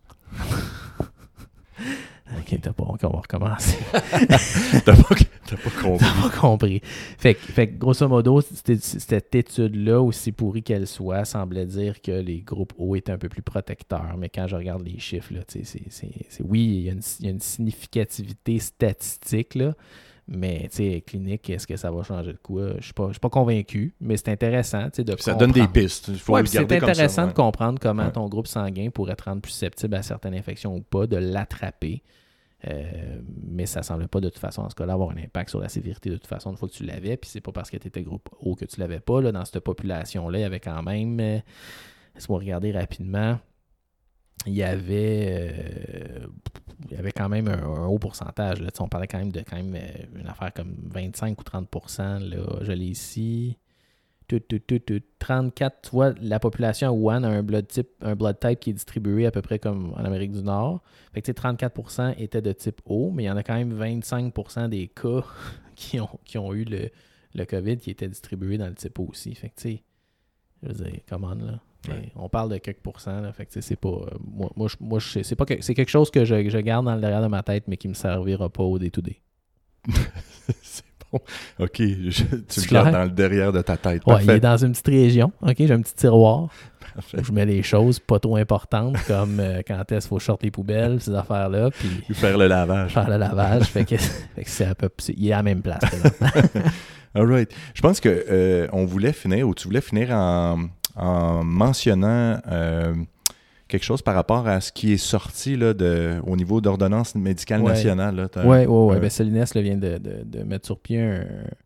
Ok, t'as pas, okay, on va recommencer. t'as, pas, t'as pas compris. T'as pas compris. Fait, fait que grosso modo, cette, cette étude-là, aussi pourrie qu'elle soit, semblait dire que les groupes O étaient un peu plus protecteurs. Mais quand je regarde les chiffres, là, c'est, c'est, c'est, oui, il y, a une, il y a une significativité statistique, là, mais clinique, est-ce que ça va changer de quoi? Je ne suis pas, je suis pas convaincu, mais c'est intéressant de comprendre. Ça donne des pistes. Il faut ouais, le garder c'est intéressant comme ça, ouais. de comprendre comment ouais. ton groupe sanguin pourrait te rendre plus susceptible à certaines infections ou pas, de l'attraper. Euh, mais ça ne semblait pas de toute façon, en ce cas-là, avoir un impact sur la sévérité de toute façon une fois que tu l'avais. Puis c'est pas parce que tu étais groupe O que tu l'avais pas. Là, dans cette population-là, il y avait quand même, euh, laisse-moi regarder rapidement, il y avait, euh, il y avait quand même un, un haut pourcentage. Là. On parlait quand même de quand même une affaire comme vingt-cinq ou trente pour cent. Là, je l'ai ici. Tout, tout, tout, tout, trente-quatre, tu vois, la population à Wuhan a un blood type, un blood type qui est distribué à peu près comme en Amérique du Nord. Fait que trente-quatre pour cent étaient de type O, mais il y en a quand même vingt-cinq pour cent des cas qui ont, qui ont eu le, le COVID qui étaient distribués dans le type O aussi. Fait que tu sais, je veux dire, comment là? Ouais. On parle de quelques pourcents, là, fait que c'est pas. Euh, moi, moi, je, moi je, c'est, pas que, c'est quelque chose que je, je garde dans le derrière de ma tête, mais qui me servira pas au day-to-day. C'est bon. OK, je, tu c'est le gardes dans le derrière de ta tête. Ouais, il est dans une petite région. OK, j'ai un petit tiroir. Parfait. Où je mets des choses pas trop importantes, comme euh, quand est-ce qu'il faut shorter les poubelles, ces affaires-là. Puis faire le lavage. Faire le lavage. fait, que, fait que c'est un peu. C'est, il est à la même place. All right. Je pense qu'on euh, voulait finir, ou tu voulais finir en, en mentionnant euh, quelque chose par rapport à ce qui est sorti là, de, au niveau d'ordonnance médicale ouais. nationale. Oui, oui, oui. Euh, ben, Solines là, vient de, de, de mettre sur pied un.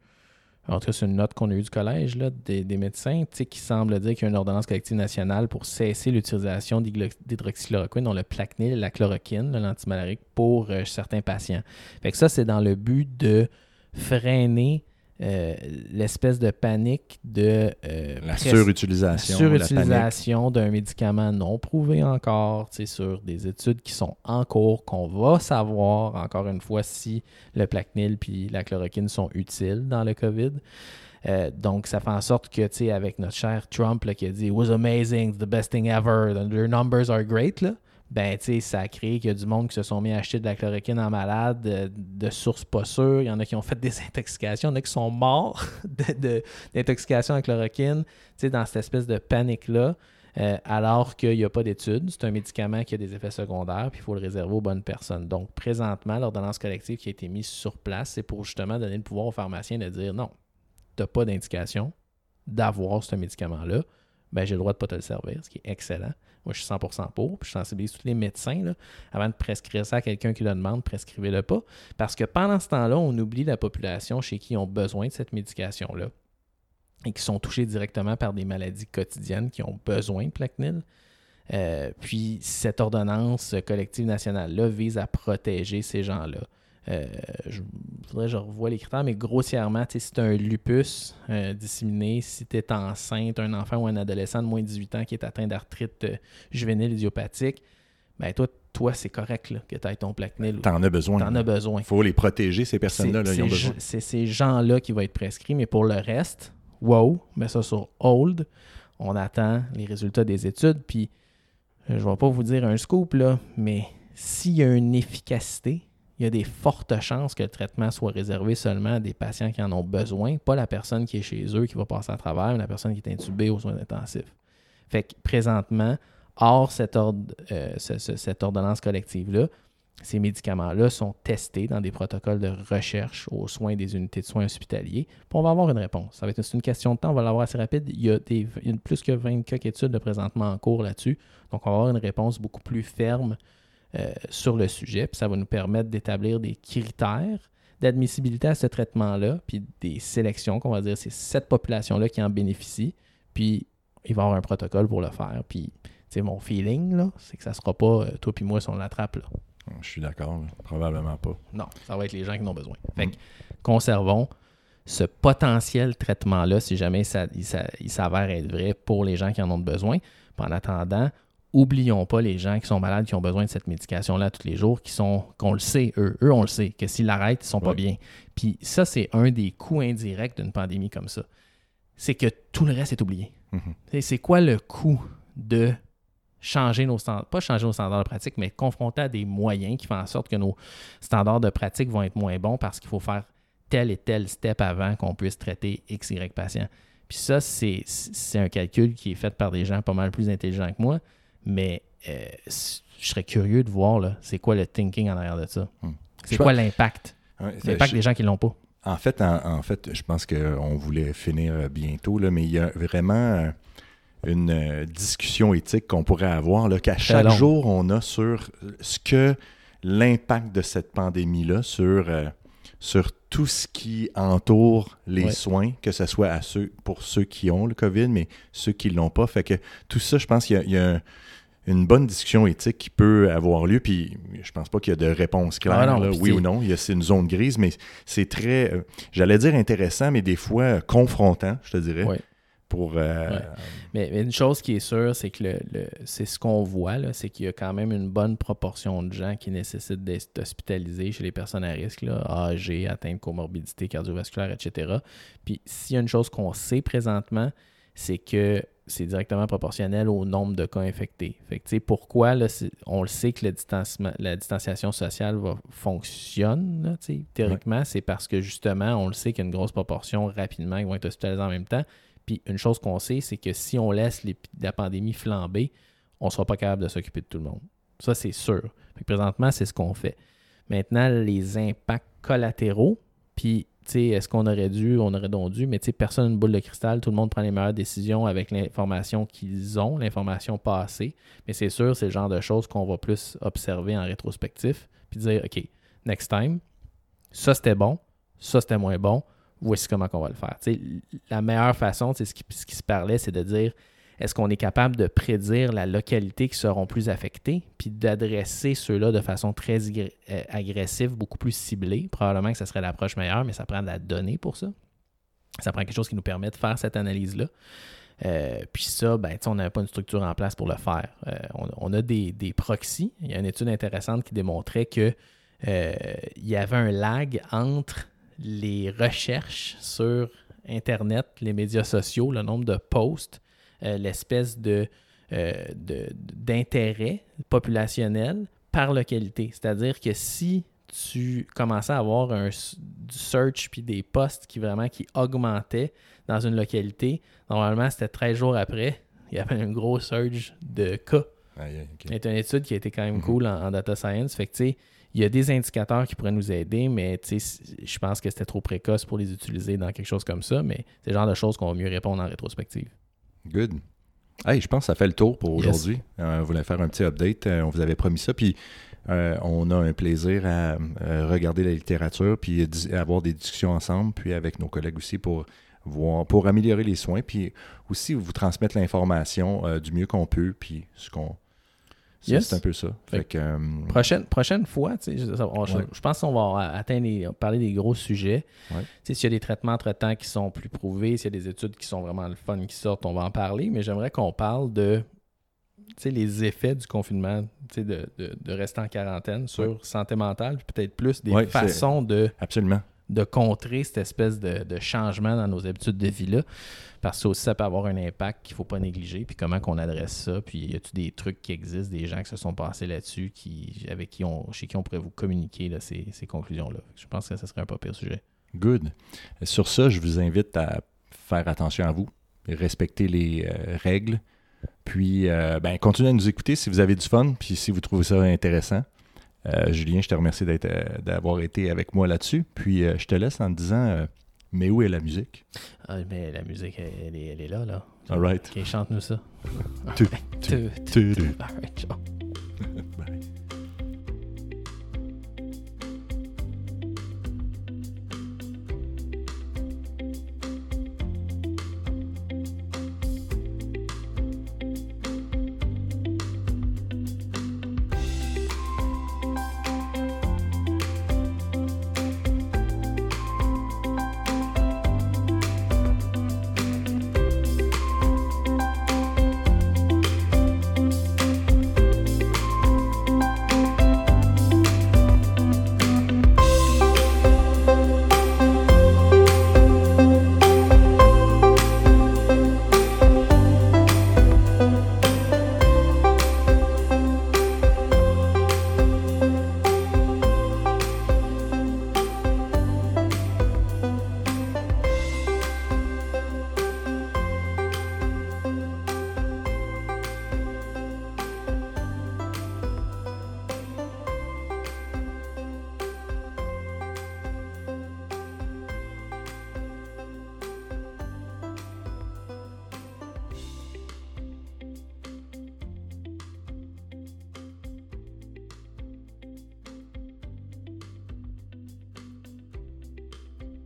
En tout cas, c'est une note qu'on a eue du collège là, des, des médecins qui semble dire qu'il y a une ordonnance collective nationale pour cesser l'utilisation d'hydroxychloroquine, dont le Plaquenil et la chloroquine, là, l'antimalarique, pour euh, certains patients. Fait que ça, c'est dans le but de freiner euh, l'espèce de panique de euh, la pres- surutilisation, la surutilisation d'un médicament non prouvé encore, sur des études qui sont en cours, qu'on va savoir, encore une fois, si le Plaquenil puis la chloroquine sont utiles dans le COVID. Euh, donc, ça fait en sorte que, tu sais, avec notre cher Trump là, qui a dit « It was amazing, it's the best thing ever, their numbers are great », là, ben, tu sais, ça a créé qu'il y a du monde qui se sont mis à acheter de la chloroquine en malade de, de sources pas sûres. Il y en a qui ont fait des intoxications. Il y en a qui sont morts de, de, d'intoxication en chloroquine, tu sais, dans cette espèce de panique-là, euh, alors qu'il n'y a pas d'études. C'est un médicament qui a des effets secondaires, puis il faut le réserver aux bonnes personnes. Donc, présentement, l'ordonnance collective qui a été mise sur place, c'est pour justement donner le pouvoir aux pharmaciens de dire non, tu n'as pas d'indication d'avoir ce médicament-là, ben j'ai le droit de ne pas te le servir, ce qui est excellent. Moi, je suis cent pour cent pour, puis je sensibilise tous les médecins. Là, avant de prescrire ça à quelqu'un qui le demande, prescrivez-le pas. Parce que pendant ce temps-là, on oublie la population chez qui ont besoin de cette médication-là et qui sont touchés directement par des maladies quotidiennes qui ont besoin de Plaquenil. Euh, puis, cette ordonnance collective nationale-là vise à protéger ces gens-là. Euh, je voudrais que je revoie les critères, mais grossièrement, si tu as un lupus euh, disséminé, si tu es enceinte, un enfant ou un adolescent de moins de dix-huit ans qui est atteint d'arthrite euh, juvénile idiopathique, ben toi, toi c'est correct là, que tu aies ton Plaquenil. Tu en as besoin. Tu en as besoin. Il faut les protéger, ces personnes-là. C'est, là, ils ont besoin. C'est ces gens-là qui vont être prescrits, mais pour le reste, wow, mets ça sur hold. On attend les résultats des études, puis je ne vais pas vous dire un scoop, là, mais s'il y a une efficacité, il y a des fortes chances que le traitement soit réservé seulement à des patients qui en ont besoin, pas la personne qui est chez eux qui va passer à travers, mais la personne qui est intubée aux soins intensifs. Fait que présentement, hors cette, ordre, euh, ce, ce, cette ordonnance collective-là, ces médicaments-là sont testés dans des protocoles de recherche aux soins des unités de soins hospitaliers. Puis on va avoir une réponse. Ça va être une question de temps, on va l'avoir assez rapide. Il y a, des, il y a plus que vingt quelques études de présentement en cours là-dessus. Donc, on va avoir une réponse beaucoup plus ferme euh, sur le sujet. Puis ça va nous permettre d'établir des critères d'admissibilité à ce traitement-là, puis des sélections, qu'on va dire, c'est cette population-là qui en bénéficie. Puis, il va y avoir un protocole pour le faire. Puis, tu sais, mon feeling, là, c'est que ça ne sera pas euh, toi puis moi si on l'attrape, là. Je suis d'accord, probablement pas. Non, ça va être les gens qui en ont besoin. Fait que, conservons ce potentiel traitement-là si jamais ça, il, ça, il s'avère être vrai pour les gens qui en ont besoin. Puis en attendant, oublions pas les gens qui sont malades, qui ont besoin de cette médication-là tous les jours, qui sont, qu'on le sait, eux, eux on le sait, que s'ils l'arrêtent, ils sont pas ouais. bien. Puis ça, c'est un des coûts indirects d'une pandémie comme ça. C'est que tout le reste est oublié. Mm-hmm. C'est quoi le coût de changer nos standards, pas changer nos standards de pratique, mais confronter à des moyens qui font en sorte que nos standards de pratique vont être moins bons parce qu'il faut faire tel et tel step avant qu'on puisse traiter X, Y patient. Puis ça, c'est, c'est un calcul qui est fait par des gens pas mal plus intelligents que moi, mais euh, je serais curieux de voir, là, c'est quoi le thinking en arrière de ça. Hum. C'est je quoi pense... l'impact? Ouais, l'impact je... des gens qui ne l'ont pas. En fait, en, en fait, je pense qu'on voulait finir bientôt, là, mais il y a vraiment une euh, discussion éthique qu'on pourrait avoir, là, qu'à chaque jour, on a sur ce que l'impact de cette pandémie-là sur, euh, sur tout ce qui entoure les ouais. soins, que ce soit à ceux, pour ceux qui ont le COVID, mais ceux qui ne l'ont pas. Fait que tout ça, je pense qu'il y a, il y a un, une bonne discussion éthique qui peut avoir lieu, puis je pense pas qu'il y a de réponse claire, ah non, là, oui ou non. Il y a, c'est une zone grise, mais c'est très, euh, j'allais dire intéressant, mais des fois euh, confrontant, je te dirais. Ouais. Pour, euh... ouais. mais, mais une chose qui est sûre, c'est que le, le, c'est ce qu'on voit, là, c'est qu'il y a quand même une bonne proportion de gens qui nécessitent d'être hospitalisés chez les personnes à risque, là, âgées, atteintes de comorbidité cardiovasculaire, et cetera. Puis s'il y a une chose qu'on sait présentement, c'est que c'est directement proportionnel au nombre de cas infectés. Fait que, tu sais, pourquoi, là, on le sait que le distanciement, la distanciation sociale va, fonctionne, là, tu sais, théoriquement, ouais. c'est parce que justement, on le sait qu'il y a une grosse proportion rapidement qui vont être hospitalisés en même temps. Puis une chose qu'on sait, c'est que si on laisse les, la pandémie flamber, on ne sera pas capable de s'occuper de tout le monde. Ça, c'est sûr. Fait que présentement, c'est ce qu'on fait. Maintenant, les impacts collatéraux, puis, tu sais, est-ce qu'on aurait dû, on aurait donc dû, mais tu sais, personne n'a une boule de cristal, tout le monde prend les meilleures décisions avec l'information qu'ils ont, l'information passée. Mais c'est sûr, c'est le genre de choses qu'on va plus observer en rétrospectif, puis dire, OK, next time, ça c'était bon, ça c'était moins bon, voici comment on va le faire. T'sais, la meilleure façon, ce qui, ce qui se parlait, c'est de dire est-ce qu'on est capable de prédire la localité qui seront plus affectées, puis d'adresser ceux-là de façon très ig- euh, agressive, beaucoup plus ciblée. Probablement que ça serait l'approche meilleure, mais ça prend de la donnée pour ça. Ça prend quelque chose qui nous permet de faire cette analyse-là. Euh, puis ça, ben, on n'avait pas une structure en place pour le faire. Euh, on, on a des, des proxys. Il y a une étude intéressante qui démontrait qu'il euh, y avait un lag entre les recherches sur Internet, les médias sociaux, le nombre de posts, euh, l'espèce de, euh, de, d'intérêt populationnel par localité. C'est-à-dire que si tu commençais à avoir un, du search puis des posts qui vraiment qui augmentaient dans une localité, normalement, c'était treize jours après, il y avait un gros surge de cas. Ah, yeah, okay. C'est une étude qui a été quand même mm-hmm. cool en, en data science. Fait que, tu sais, il y a des indicateurs qui pourraient nous aider, mais je pense que c'était trop précoce pour les utiliser dans quelque chose comme ça, mais c'est le genre de choses qu'on va mieux répondre en rétrospective. Good. Hey, je pense que ça fait le tour pour yes. aujourd'hui. Euh, on voulait faire un petit update. Euh, on vous avait promis ça, puis euh, on a un plaisir à euh, regarder la littérature, puis à avoir des discussions ensemble, puis avec nos collègues aussi pour voir, pour améliorer les soins, puis aussi vous transmettre l'information euh, du mieux qu'on peut, puis ce qu'on Ça, yes. C'est un peu ça. Fait fait que, euh... prochaine, prochaine fois, je, je, ouais. je pense qu'on va atteindre les, parler des gros sujets. Ouais. S'il y a des traitements entre-temps qui sont plus prouvés, s'il y a des études qui sont vraiment le fun qui sortent, on va en parler. Mais j'aimerais qu'on parle de les effets du confinement, de, de, de rester en quarantaine sur ouais. santé mentale, puis peut-être plus des ouais, façons c'est... de Absolument. de contrer cette espèce de, de changement dans nos habitudes de vie-là. Parce que aussi, ça peut avoir un impact qu'il ne faut pas négliger. Puis comment qu'on adresse ça. Puis y a-t-il des trucs qui existent, des gens qui se sont passés là-dessus, qui, avec qui on, chez qui on pourrait vous communiquer là, ces, ces conclusions-là. Je pense que ça serait un pas pire sujet. Good. Sur ça, je vous invite à faire attention à vous, respecter les euh, règles. Puis, euh, ben, continuez à nous écouter si vous avez du fun, puis si vous trouvez ça intéressant. Euh, Julien, je te remercie d'être, euh, d'avoir été avec moi là-dessus. Puis, euh, je te laisse en te disant, euh, mais où est la musique? Ah, mais la musique, elle, elle, est, elle est là, là. All right. OK, chante-nous ça. Tu, tu, tu, tu. All right, ciao.